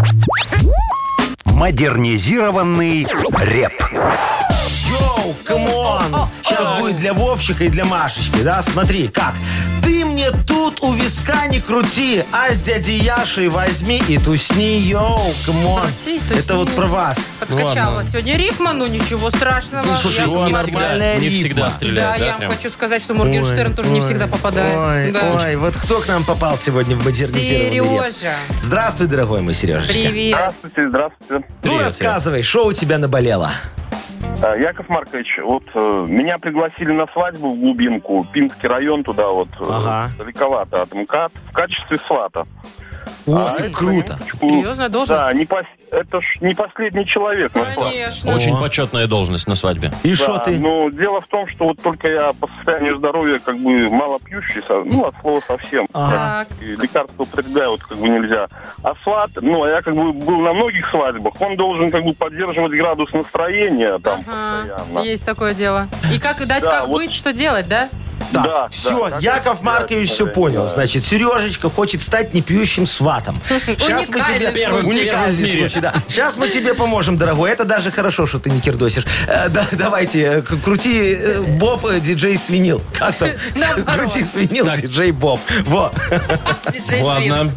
Модернизированный реп. Йоу, камон! Сейчас будет для Вовчика и для Машечки, да? Смотри, как. Ты мне тут у виска не крути, а с дядей Яшей возьми и тусни. Йоу, камон. Крути и тусни. Это вот про вас. Подкачала Ладно. сегодня рифма, ну ничего страшного. Ну, слушай, Я- не нормальная всегда, не рифма. всегда Да, стреляет, да, я вам прям? хочу сказать, что Моргенштерн тоже не всегда попадает. Ой, Да. ой, вот кто к нам попал сегодня в модернизированный реп? Сережа, Здравствуй, дорогой мой Сережечка. привет. Здравствуйте, здравствуйте. Ну, Привет, рассказывай, что у тебя наболело? А, Яков Маркович, вот э, меня пригласили на свадьбу в глубинку, Пинский район, туда вот, э, Ага. далековато от МКАД, в качестве свата. О, А, круто. Серьезная должность? Да, не пос- это ж не последний человек на свадьбе. Конечно. Очень О. почетная должность на свадьбе. И Да, что ты? но дело в том, что вот только я по состоянию здоровья как бы мало пьющий, со- ну, от слова совсем. Ага. Так. И лекарства употребляю вот как бы нельзя. А сват, ну, а я как бы был на многих свадьбах, он должен как бы поддерживать градус настроения там Ага, постоянно. есть такое дело. И как дать, Да, как вот. быть, что делать, да? Так, Да, все, да, как Яков это Маркович сделать, все да. понял. Значит, Сережечка хочет стать непьющим сватом. Сейчас мы Уникальный тебе... случай. Уникальный в мире. случай, да. Сейчас мы тебе поможем, дорогой. Это даже хорошо, что ты не кирдосишь. Э, да, давайте, э, к- крути э, Боб, э, диджей Свинил. Как там? Наоборот. Крути Свинил, Так. диджей Боб. Во. Диджей Свин. Ладно.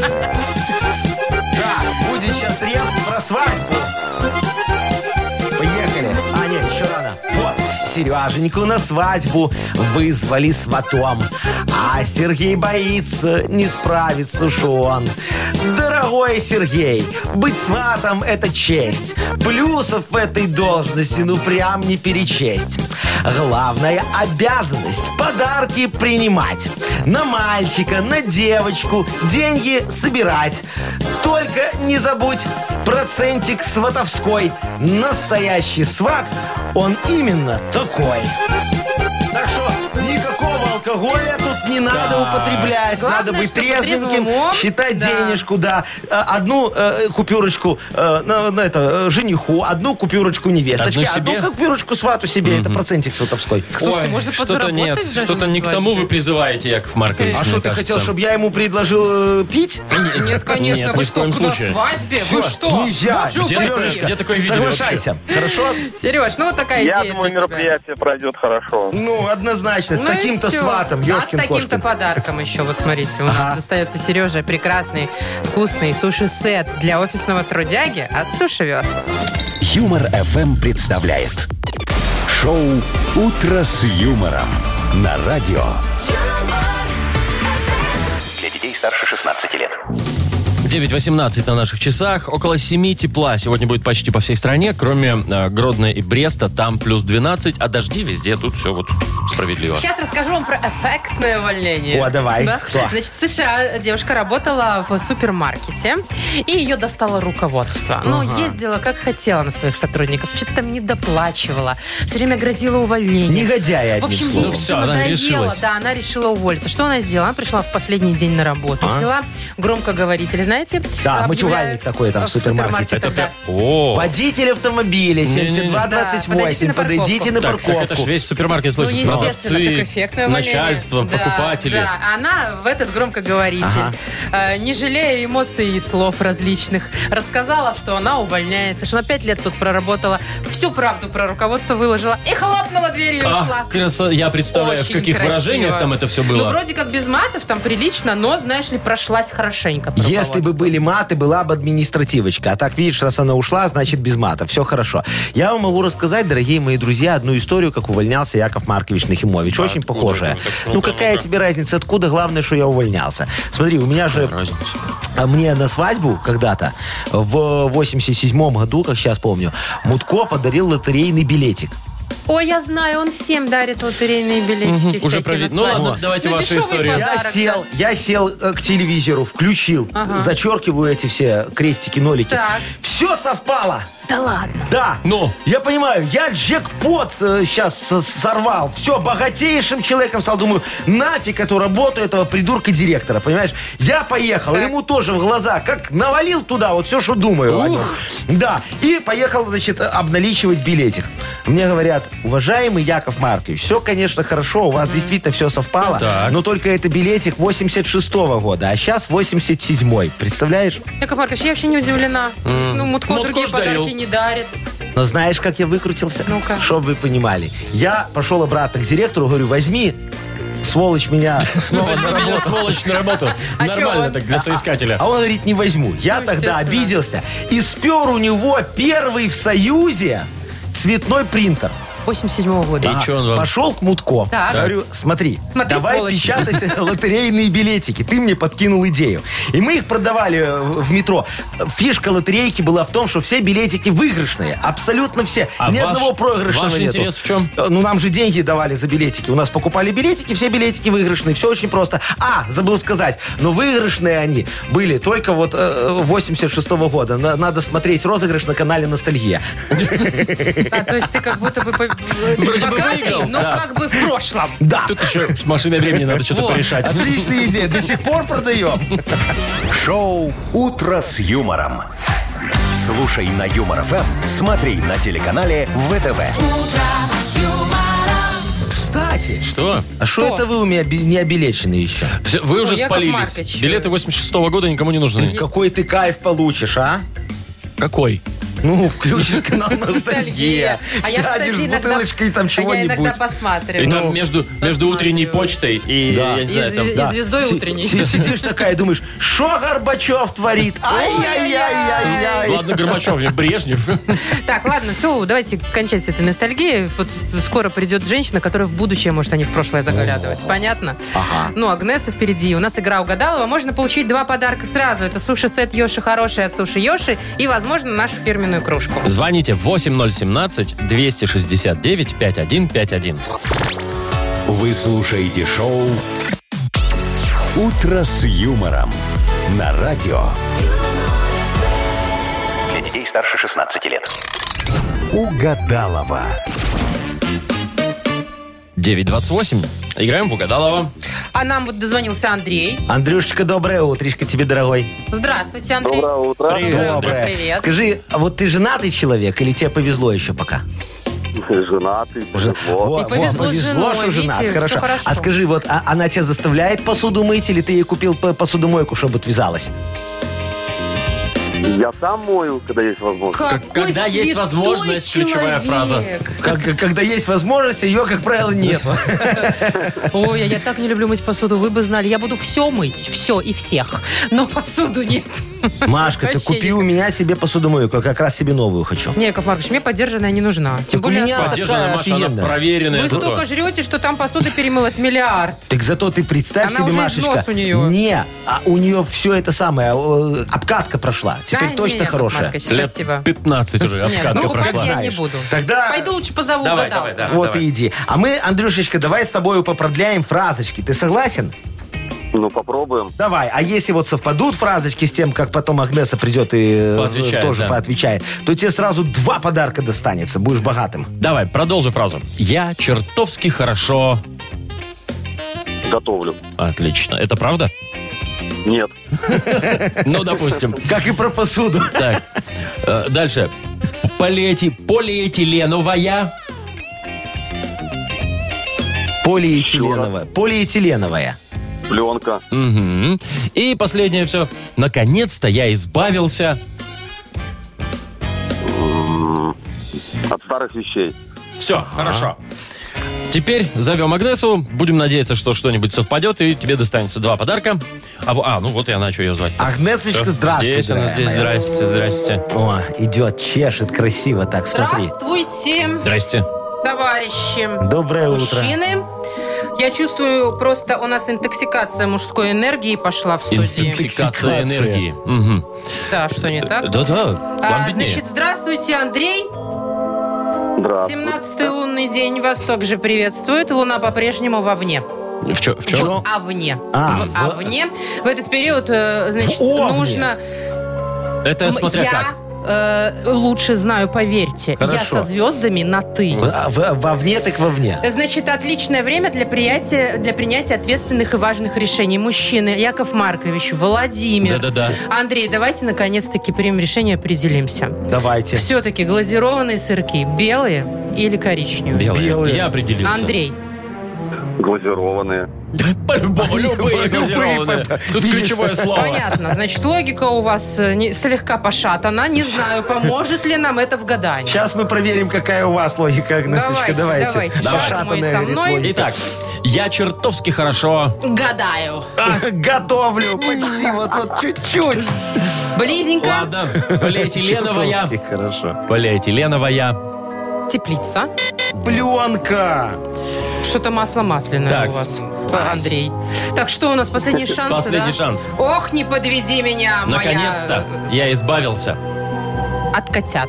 Да, будет сейчас реп про свадьбу. Поехали. А, нет, еще рано. Вот. Сереженьку на свадьбу вызвали сватом. А Сергей боится, не справится шо он. Дорогой Сергей, быть сватом — это честь. Плюсов в этой должности ну прям не перечесть. Главная обязанность — подарки принимать. На мальчика, на девочку деньги собирать. Только не забудь процентик сватовской. Настоящий сват, он именно такой. Так что никакого алкоголя тут не надо Да. употреблять. Главное, надо быть чтобы трезвеньким, трезвым умом. считать Да. денежку, да. А, Одну э, купюрочку э, на, на это, э, жениху, одну купюрочку невесточке, Одну одну, себе? купюрочку свату себе. Это процентик сватовской. Слушайте, Ой, можно что-то подзаработать нет, даже что-то на не к тому свадьбе. вы призываете, Яков Маркович. А мне что ты кажется. хотел, чтобы я ему предложил э, пить? Нет, конечно, Нет, вы ни в что, коем на случае. свадьбе? Всё, Вы что? нельзя. Боже Где упаси. такое- где такое видели Соглашайся. Хорошо? Сереж, ну вот такая Я идея думаю, для тебя. мероприятие пройдет хорошо. Ну, однозначно. С Ну и таким-то всё. сватом, А с ёшкин таким-то кошкин. подарком еще, вот смотрите, у Ага. нас достается Сереже прекрасный, вкусный суши-сет для офисного трудяги от Суши Весла. Юмор эф эм представляет шоу «Утро с юмором» на радио. Для детей старше шестнадцати лет. девять восемнадцать на наших часах. Около семи тепла сегодня будет почти по всей стране, кроме э, Гродно и Бреста. Там плюс двенадцать, а дожди везде. Тут все вот справедливо. Сейчас расскажу вам про эффектное увольнение. О, давай. Да? Кто? Значит, в США девушка работала в супермаркете, и ее достало руководство. Но ездила как хотела на своих сотрудников, что-то там не доплачивала, все время грозила увольнением. Негодяй, В одним общем, словом. ей Ну все всё, она надоело. решилась. Да, она решила уволиться. Что она сделала? Она пришла в последний день на работу. Взяла громкоговоритель, знаете? Да, объявляет- матюгальник такой там в супермаркете. Это тогда. прям- О! Водитель автомобиля семьдесят два двадцать восемь, Да, подойдите подойдите на на Так, так это ж парковку. весь супермаркет Ну, слышит. естественно, Продавцы, так эффектное увольнение. начальство, Да, покупатели. Да, она в этот громкоговоритель, э, не жалея эмоций и слов различных, рассказала, что она увольняется, что она пять лет тут проработала, всю правду про руководство выложила и хлопнула дверью и А, ушла. красо- я представляю, Очень в каких красиво. выражениях там это все Ну, было. вроде как без матов, там прилично, но, знаешь ли, прошлась хорошенько. про Если Если бы были маты, была бы административочка. А так, видишь, раз она ушла, значит без мата. Все хорошо. Я вам могу рассказать, дорогие мои друзья, одну историю, как увольнялся Яков Маркович Нахимович. А Очень откуда? похожая. Ну, так, Ну, ну-ка, какая ну-ка. тебе разница, откуда? Главное, что я увольнялся. Смотри, у меня же... Разница. А Мне на свадьбу когда-то в восемьдесят седьмом году, как сейчас помню, Мутко подарил лотерейный билетик. Ой, я знаю, он всем дарит лотерейные билетики. Мгм, уже всякие провед- на Ну свадьбу. ладно, давайте Ну, вашу дешевый историю. подарок, Я да. сел, я сел э, к телевизору, включил, Ага. зачеркиваю эти все крестики, нолики. Так. Все совпало. Да ладно. Да. Ну? Я понимаю, я джекпот сейчас сорвал. Все, богатейшим человеком стал. Думаю, нафиг эту работу этого придурка-директора, понимаешь? Я поехал, Так. ему тоже в глаза, как навалил туда вот все, что думаю о нем. Да, и поехал, значит, обналичивать билетик. Мне говорят, уважаемый Яков Маркович, все, конечно, хорошо, у вас действительно все совпало, Так. но только это билетик восемьдесят шестого года, а сейчас восемьдесят седьмой. Представляешь? Яков Маркович, я вообще не удивлена. Ну, Мутко Мутко другие ж дарил. подарки не дарит. Но знаешь, как я выкрутился? Ну-ка. Чтоб вы понимали. Я пошел обратно к директору, говорю, возьми, сволочь, меня снова на Возьми меня, работу. сволочь, на работу. А чё Нормально он? так для соискателя. А он говорит, не возьму. Я Ну, тогда естественно. обиделся и спер у него первый в Союзе цветной принтер. восемьдесят седьмого года. И чё он вам? Пошел к Мутко. Так. Говорю, смотри, Смотри, давай сволочь. печатай лотерейные билетики. Ты мне подкинул идею. И мы их продавали э, в метро. Фишка лотерейки была в том, что все билетики выигрышные. Абсолютно все. А Ни ваш- одного проигрышного ваш нету. интерес в чем? Э, Ну, нам же деньги давали за билетики. У нас покупали билетики, все билетики выигрышные. Все очень просто. А, забыл сказать, но выигрышные они были только вот э, восемьдесят шестого года. На- Надо смотреть розыгрыш на канале «Ностальгия». А, то есть ты как будто бы по- Вроде бы богатый, выиграл, но да. как бы в прошлом. Да. Тут еще с машиной времени надо что-то Вот. порешать. Отличная идея. До сих пор продаем. Шоу «Утро с юмором». Слушай на Юмор ФМ, смотри на телеканале ВТВ. Кстати, Что? а что Что? это вы у меня би- не обелечены еще? Все, вы уже Ой, Яков спалились. Маркович. Билеты восемьдесят шестого года никому не нужны. Какой ты кайф получишь, а? Какой? Ну, включишь канал «Ностальгия». А я, кстати, Сядешь с иногда- бутылочкой там а я иногда чего-нибудь. посматриваю. И там между, между утренней посматриваю. почтой и, Да. я не знаю, И там... зв- Да. звездой Си- утренней. си- Сидишь такая, думаешь, что Горбачев творит? Ай-яй-яй-яй-яй. Ладно, Горбачев, не Брежнев. Так, ладно, все, давайте кончать с этой ностальгией. Вот скоро придет женщина, которая в будущее может, а не в прошлое заглядывать. Понятно? Ага. Ну, Агнеса впереди. У нас игра угадалова. Можно получить два подарка сразу. Это суши-сет Йоши Хороший от Суши Йоши и, возможно, нашу фирменную кружку. Звоните восемь ноль семнадцать двести шестьдесят девять пятьдесят один пятьдесят один. Вы слушаете шоу «Утро с юмором» на радио. Для детей старше шестнадцати лет. Угадалова. девять двадцать восемь. Играем в Угадалова. А нам вот дозвонился Андрей. Андрюшечка, доброе утречко тебе, дорогой. Здравствуйте, Андрей. Доброе утро. Привет. Доброе. Привет. Скажи, а вот ты женатый человек или тебе повезло еще пока? Женатый. Же- Вот. И повезло с женой, что женат. видите, Хорошо. всё хорошо. А скажи, вот а- она тебя заставляет посуду мыть или ты ей купил п- посудомойку, чтобы отвязалась? Я сам мою, когда есть возможность. Какой Когда есть святой возможность, ключевая фраза. человек. Как- когда есть возможность, ее, как правило, нет. Ой, а я так не люблю мыть посуду. Вы бы знали, я буду все мыть, все и всех. Но посуду нет. Машка, ты Вообще купи не- у меня себе посудомойку, я как раз себе новую хочу. Не, Яков Маркович, мне подержанная не нужна. Тем Так у более, меня от- Поддержанная такая Маша, она офигенная. проверенная. вы зато. столько жрете, что там посуда перемылась миллиард. Так зато ты представь Она себе, уже Машечка. износ у нее. Не, а у нее все это самое, э, обкатка прошла. Теперь Да, не, точно Яков хорошая. Маркович, Лет спасибо. пятнадцать уже Нет, обкатка ну, прошла. покупать я не Знаешь. буду. Тогда Пойду лучше позову Давай, угадалку. давай, да. вот давай. и иди. А мы, Андрюшечка, давай с тобой попродляем фразочки. Ты согласен? Ну, попробуем. Давай. А если вот совпадут фразочки с тем, как потом Агнеса придет и э, Поотвечает, тоже да. поотвечает, то тебе сразу два подарка достанется. Будешь богатым. Давай, продолжи фразу. Я чертовски хорошо... Готовлю. Отлично. Это правда? Нет. Ну, допустим. Как и про посуду. Так, э, дальше. Полиэти... Полиэтиленовая... Полиэтиленовая. Полиэтиленовая. Пленка. Мгм. И последнее все. Наконец-то я избавился... М, От старых вещей. Все, хорошо. Теперь зовем Агнесу. Будем надеяться, что что-нибудь совпадет, и тебе достанется два подарка. А, во- а ну вот и она, что ее звать. Агнесочка, Всё, здравствуйте. Здесь она, дорогая здесь. моя. Здрасте, здрасте. О, идет, чешет красиво, так, смотри. Здравствуйте, Здрасте. товарищи. Доброе утро. Мужчины. Я чувствую, просто у нас интоксикация мужской энергии пошла в студии. Интоксикация Интоксикация. энергии. Мгм. Да, что не так? Да-да, вам А, виднее. значит, здравствуйте, Андрей. Здравствуйте. семнадцатый лунный день. Восток же приветствует. Луна по-прежнему вовне. В, чё, в чем? В овне. А, в в- овне. В этот период, э, значит, В овне. нужно... Это М, смотря я как. э, лучше знаю, поверьте. Я Хорошо. со звездами на «ты». А, в- Вовне так вовне. Значит, отличное время для принятия, для принятия ответственных и важных решений. Мужчины, Яков Маркович, Владимир. Да-да-да. Андрей, давайте наконец-таки примем решение, определимся. Давайте. Все-таки глазированные сырки белые или коричневые? Белые. Белые. Я определился. Андрей. Глазированные. По-любому, любые газированные. Тут ключевое слово. Понятно. Значит, логика у вас э, не- слегка пошатана. Не знаю, поможет ли нам это в гадании. Сейчас мы проверим, какая у вас логика, Агнесочка. Давайте, Давайте. давайте. Пошатанная, Шаг мой со говорит, мной. логика. Итак, я чертовски хорошо. Гадаю. Готовлю почти, вот, вот чуть-чуть. Близненько. Ладно, полиэтиленовая. Чертовски хорошо. Полиэтиленовая. Теплица. Пленка. Что-то масло масляное Так. у вас, э, Андрей. Так, что у нас, последний шанс, Последний да? шанс. Ох, не подведи меня, моя... Наконец-то я избавился. От котят.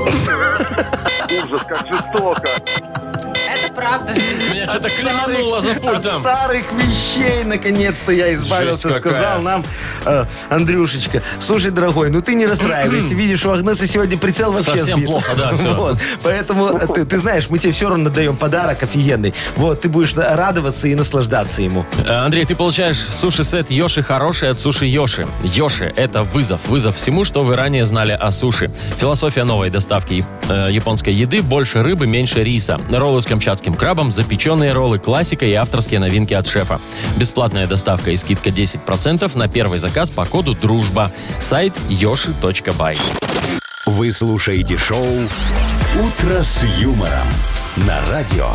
Ужас, как жестоко. Это правда. Меня что-то клемануло за От пультом. старых вещей, наконец-то я избавился, Жесть какая. сказал нам э, Андрюшечка. Слушай, дорогой, ну ты не расстраивайся. Видишь, у Агнесы сегодня прицел вообще Совсем сбит. плохо, да, всё. Вот. Поэтому, э, ты, ты знаешь, мы тебе все равно даем подарок офигенный. Вот, ты будешь радоваться и наслаждаться ему. Э, Андрей, ты получаешь суши-сет Йоши хороший от Суши Йоши. Йоши – это вызов. Вызов всему, что вы ранее знали о суши. Философия новой доставки э, японской еды – больше рыбы, меньше риса. Роллы с камчатским крабом, запеченные роллы, классика и авторские новинки от шефа. Бесплатная доставка и скидка десять процентов на первый заказ по коду «Дружба». Сайт йоши точка бай. Вы слушаете шоу «Утро с юмором» на радио.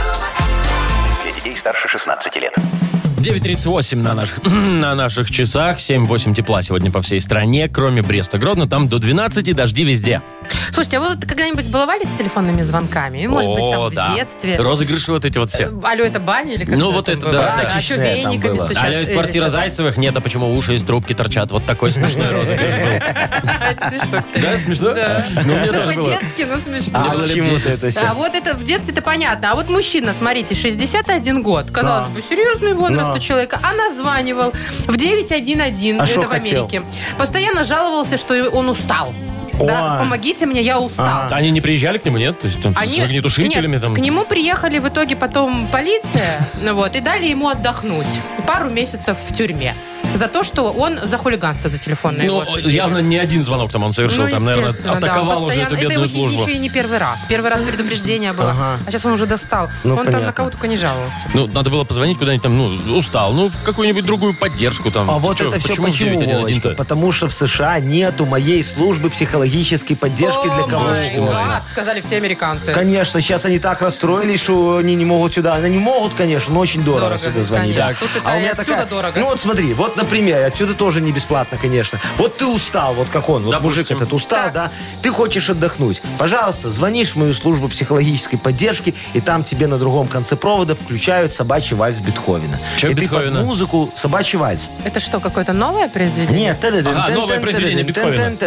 Для детей старше шестнадцати лет. девять тридцать восемь на наших, на наших часах. семь-восемь тепла сегодня по всей стране, кроме Бреста-Гродно. Там до двенадцати, дожди везде. Слушайте, а вы вот когда-нибудь баловались с телефонными звонками? Может быть, там О, в да. детстве? Розыгрыши вот эти вот все. Э, Алло, это баня или как Ну, вот это, да, А да. что, Прачечная там вениками было. стучат? А Или квартира что? Зайцевых нет, а почему уши из трубки торчат? Вот такой смешной розыгрыш был. Это смешно, кстати. Да, смешно? Да. Ну, мне Ну, тоже было. по-детски, но смешно. Мне А было лет почему десять. это все? А вот это в детстве-то понятно. А вот мужчина, смотрите, шестьдесят один год. Казалось Да. бы, серьезный возраст Да. у человека. А названивал в девять один один, А это шо в хотел? Америке. Постоянно жаловался, что он устал. Да, Ой. помогите мне, я устал. А. Они не приезжали к нему, нет? То есть там Они- с огнетушителями Нет, там? к нему приехали в итоге потом полиция, ну вот, и дали ему отдохнуть. Пару месяцев в тюрьме. За то, что он за хулиганство за телефонное Ну, его судили. явно не один звонок там он совершил. Ну, там, наверное, естественно, да, атаковал уже постоянно. эту Это его бедную службу. еще и не первый раз. Первый раз предупреждение было. Ага. А сейчас он уже достал. Ну, он там понятно. на кого только не жаловался. Ну, надо было позвонить куда-нибудь там, ну, устал. Ну, в какую-нибудь другую поддержку там. А вот Чё, это все почему почему, девять один один-то? Вовочка? Потому что в США нету моей службы психологической поддержки для кого май угодно. гад, сказали все американцы. Конечно, сейчас они так расстроились, что они не могут сюда. Они могут, конечно, но очень дорого, Дорого, сюда звонить. конечно. Да. Тут это и отсюда дорого. Ну вот смотри, вот, например, отсюда тоже не бесплатно, конечно. Вот ты устал, вот как он, вот Допустим. мужик этот устал, Так. да, ты хочешь отдохнуть. Пожалуйста, звонишь в мою службу психологической поддержки, и там тебе на другом конце провода включают собачий вальс Бетховена. Чё и Бетховена? ты под музыку собачий вальс. Это что, какое-то новое произведение? Нет, Ага, новое произведение Бетховена.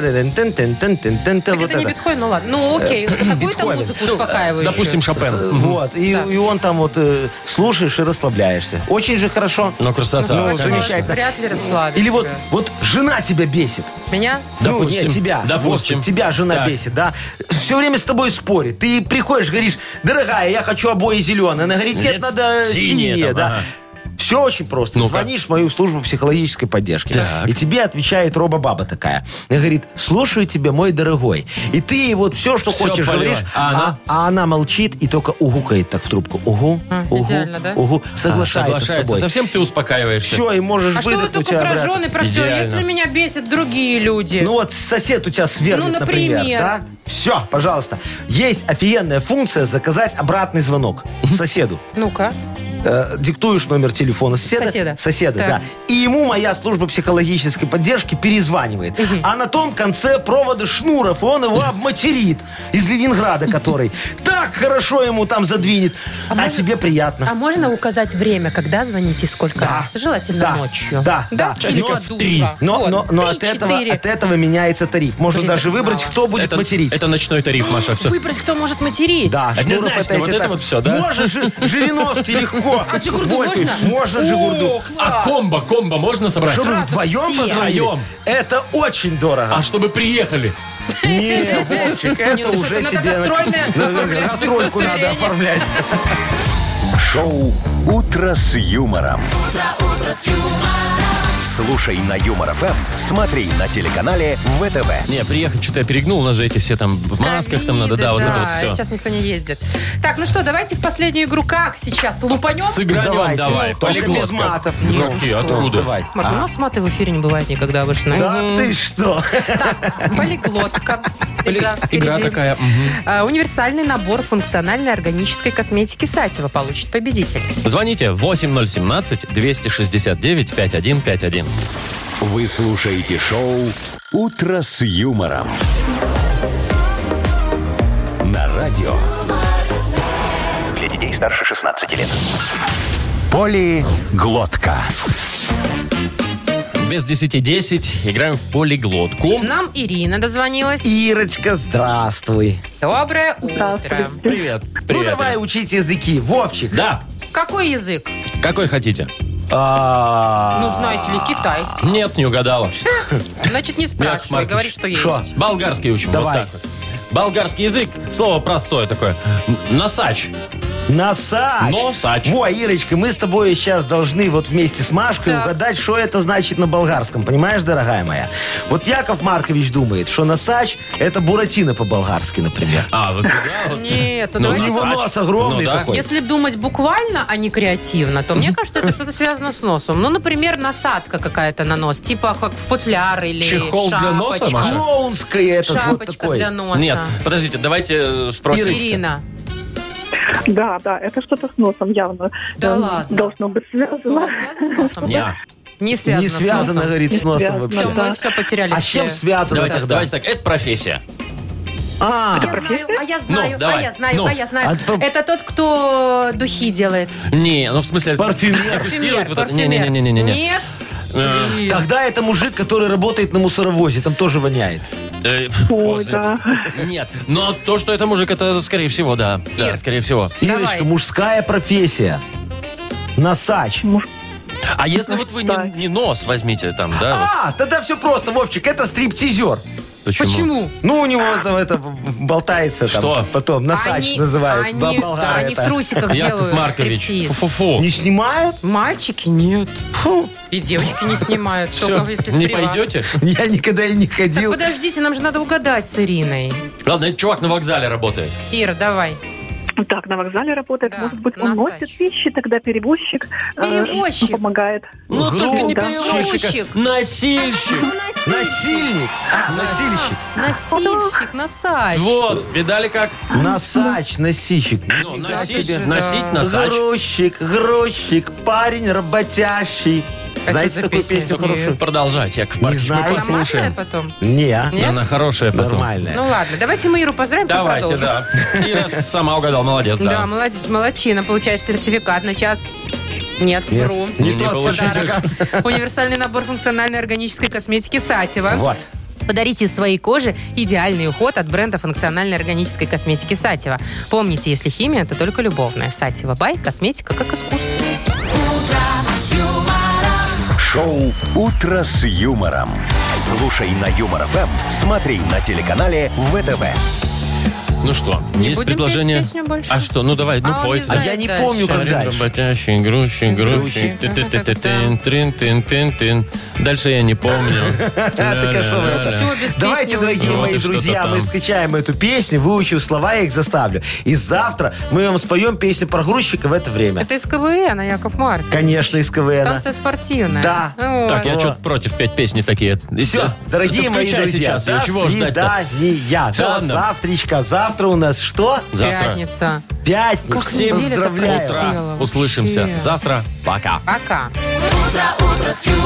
Так это не Бетховен, ну ладно. Ну окей, какую-то Бетховен. музыку успокаивающую. Допустим, Шопен. Мгм. Вот, и, Да. и он там вот э, слушаешь и расслабляешься. Очень же хорошо. Ну, красота. Ну, Ну, слушай, замечательно. вряд ли расслабить Или вот, себя. вот жена тебя бесит. Меня? Ну, Допустим. нет, тебя. Допустим. Вовчик, тебя жена Так. бесит, да? Все время с тобой спорит. Ты приходишь, говоришь, дорогая, я хочу обои зеленые. Она говорит, нет, Нет, надо синие синие, там, да. ага. Все Все очень просто. Ну-ка. Звонишь в мою службу психологической поддержки. Так. И тебе отвечает робо-баба такая. И говорит, слушаю тебя, мой дорогой. И ты ей вот все, что Всё хочешь, полила. говоришь, А она? а, а она молчит и только угукает так в трубку. Угу, А, угу, идеально, да? угу. Соглашается, с тобой. Совсем ты успокаиваешься. Все, и можешь А что вы выдохнуть только и про обратно. жены, про все? Идеально. Если меня бесят другие люди. Ну вот сосед у тебя сверлит, Ну, например, например. да? Все, пожалуйста. Есть офигенная функция заказать обратный звонок соседу. Ну-ка. Э, диктуешь номер телефона соседа. Соседа. Соседа, Так. да. И ему моя служба психологической поддержки перезванивает. А на том конце провода Шнуров, и он его обматерит. Из Ленинграда который. Так хорошо ему там задвинет. А, можно- тебе приятно. А можно указать время, когда звонить и сколько Да. раз? Желательно Да. ночью. Да, да. Или Часиков под в три. утро. Но, Вот, но, но от, три, этого, четыре. от этого меняется тариф. Можно Блин, даже так выбрать, знала. кто будет Это, материть. это ночной тариф, Маша, все. Выбрать, кто может материть. Да, Шнуров Однозначно, это вот эти это так- вот всё, да? Можно же Жириновский легко. А Джигурду Вольфи, можно? Можно Джигурду. А комбо, комбо можно собрать? Чтобы Сразу вдвоем все. позвонили, Вдвоем. это очень дорого. А чтобы приехали? Не, Вовчик, это Нет, ты что, уже надо тебе... гастрольное оформлять, Гастрольку надо удостоверение. оформлять. Шоу «Утро с юмором». Слушай на Юмор ФМ, смотри на телеканале ВТВ. Не, приехать что-то я перегнул, у нас же эти все там в масках там надо, да, вот это вот все. Сейчас никто не ездит. Так, ну что, давайте в последнюю игру как сейчас? Лупанем? Сыгранем, Давайте. давай, Только без полиглотка. матов. Нет, Ну, ну И что? откуда? Давай. Марк, у нас маты в эфире не бывает никогда, вы же знаете. Да ты что? Полиглотка. Поли- Игра Игра впереди. такая. мгм. А, Универсальный набор функциональной органической косметики Сатева получит победитель. Звоните восемь ноль семнадцать двести шестьдесят девять пятьдесят один пятьдесят один. Вы слушаете шоу «Утро с юмором». На радио Для детей старше шестнадцати лет. «Полиглотка». Без десяти десять играем в полиглотку. Нам Ирина дозвонилась. Ирочка, здравствуй. Доброе утро. Здравствуйте. Привет. Ну Привет. давай учить языки. Вовчик. Да. Какой язык? Какой хотите? А, Ну, знаете ли, китайский. Нет, не угадала. Значит, не спрашивай, Маркович, говори, что есть. шо? Болгарский учим. Давай. Вот так вот. Болгарский язык, слово простое такое. Н- Носач. Носач. Носач. Во, Ирочка, мы с тобой сейчас должны вот вместе с Машкой Так. угадать, что это значит на болгарском. Понимаешь, дорогая моя? Вот Яков Маркович думает, что носач это буратино по-болгарски, например. А, вот туда вот. Нет, ну Ну, У давайте... него носач. нос огромный Ну да. такой. Если думать буквально, а не креативно, то мне кажется, это что-то связано с носом. Ну, например, насадка какая-то на нос, типа как футляр или Чехол для носа, шапочка. Маша? Клоунское этот вот Шапочка такой. для носа. Нет, подождите, давайте э, спросим. Ирина. Да, да, это что-то с носом явно. Да э, ладно. Должно быть связано. Ну, связано с носом? Не. Не связано, Не с связано, носом. говорит, с Не носом связано, вообще. Все, да. мы все потеряли. А с чем все. связано Давайте, тогда? давайте так, это профессия. А, А я знаю, а я знаю, Ну, а давай. я знаю, Ну. а я знаю. А по- Это тот, кто духи делает. Не, ну в смысле... Парфюмер. Дегустирует вот это. парфюмер. Не-не-не-не-не. Нет? Э, Блин. тогда это мужик, который работает на мусоровозе, там тоже воняет. э, Ой, после- да. Нет, но то, что это мужик, это скорее всего, да. Да, Ир. скорее всего. Давай. Ирочка, мужская профессия. Носач. А если вот вы не, не нос возьмите там, да? вот, А, тогда все просто, Вовчик, это стриптизер. Почему? Ну, у него там это болтается там Что? потом, носач Они- называют. Они, Б- болгары они в это. трусиках Яков делают Маркович. стриптиз. Фу-фу-фу. Не снимают? Мальчики нет. Фу, И девочки не снимают. Все, Только если в не приват. пойдете? я никогда и не Так ходил. подождите, нам же надо угадать с Ириной. Ладно, этот чувак на вокзале работает. Ира, давай. Так, на вокзале работает. Да, Может быть, он носач. носит вещи, тогда перевозчик. э, Перевозчик. помогает. Ну, только не Грузчик. перевозчик. Носильщик. Насильник. А, Носильщик. Носильщик, носач. Вот, видали как? Носач, носильщик. Ну, Нифига носить, себе. носить, носач. Грузчик, грузчик, парень работящий. А Знаете что за такую песня? песню Нет. хорошую? Продолжайте, Яков Не Маркович, мы знаю. Нормальная послушаем. потом? Не, Нет? Она хорошая потом. нормальная. Ну ладно, давайте мы Иру поздравим, потом Давайте, продолжим. да. Ира сама угадал, молодец, Да, да. молодец, молодчина. Получаешь сертификат на час. Нет, Нет, вру. не Не тот получил. сертификат. Универсальный набор функциональной органической косметики Сатева. Вот. Подарите своей коже идеальный уход от бренда функциональной органической косметики Сатева. Помните, если химия, то только любовная. Сатева Бай. Косметика как искусство. Шоу «Утро с юмором». Слушай на Юмор ФМ, смотри на телеканале ВТВ. Ну что, Не есть будем предложение? петь песню больше? А что, ну давай, ну А он пой. не знает А я не дальше. помню, как Шарик дальше. работящий, грузчик, грузчик. Ты-ты-ты-ты-тын, трин-тын-тын-тын. Дальше я не помню. А, так а что вы это? Всё, без Давайте, песни дорогие Вот мои и что-то друзья, там. мы скачаем эту песню, выучив слова, я их заставлю. И завтра мы вам споем песню про грузчика в это время. Это из КВН, Яков Маркович. Конечно, из КВН. Станция спортивная. Да. Вот. Так, я О. что-то против петь песни такие. Все, дорогие Это мои включай друзья, сейчас, ее до чего ждать-то? свидания. Всё, До ладно. завтрачка. Завтра у нас что? Завтра. Пятница. Пятница. Как неделя-то Поздравляю. пролетела. Утра. Услышимся. Вообще. Завтра. Пока. Пока. Утро, утро с юмором.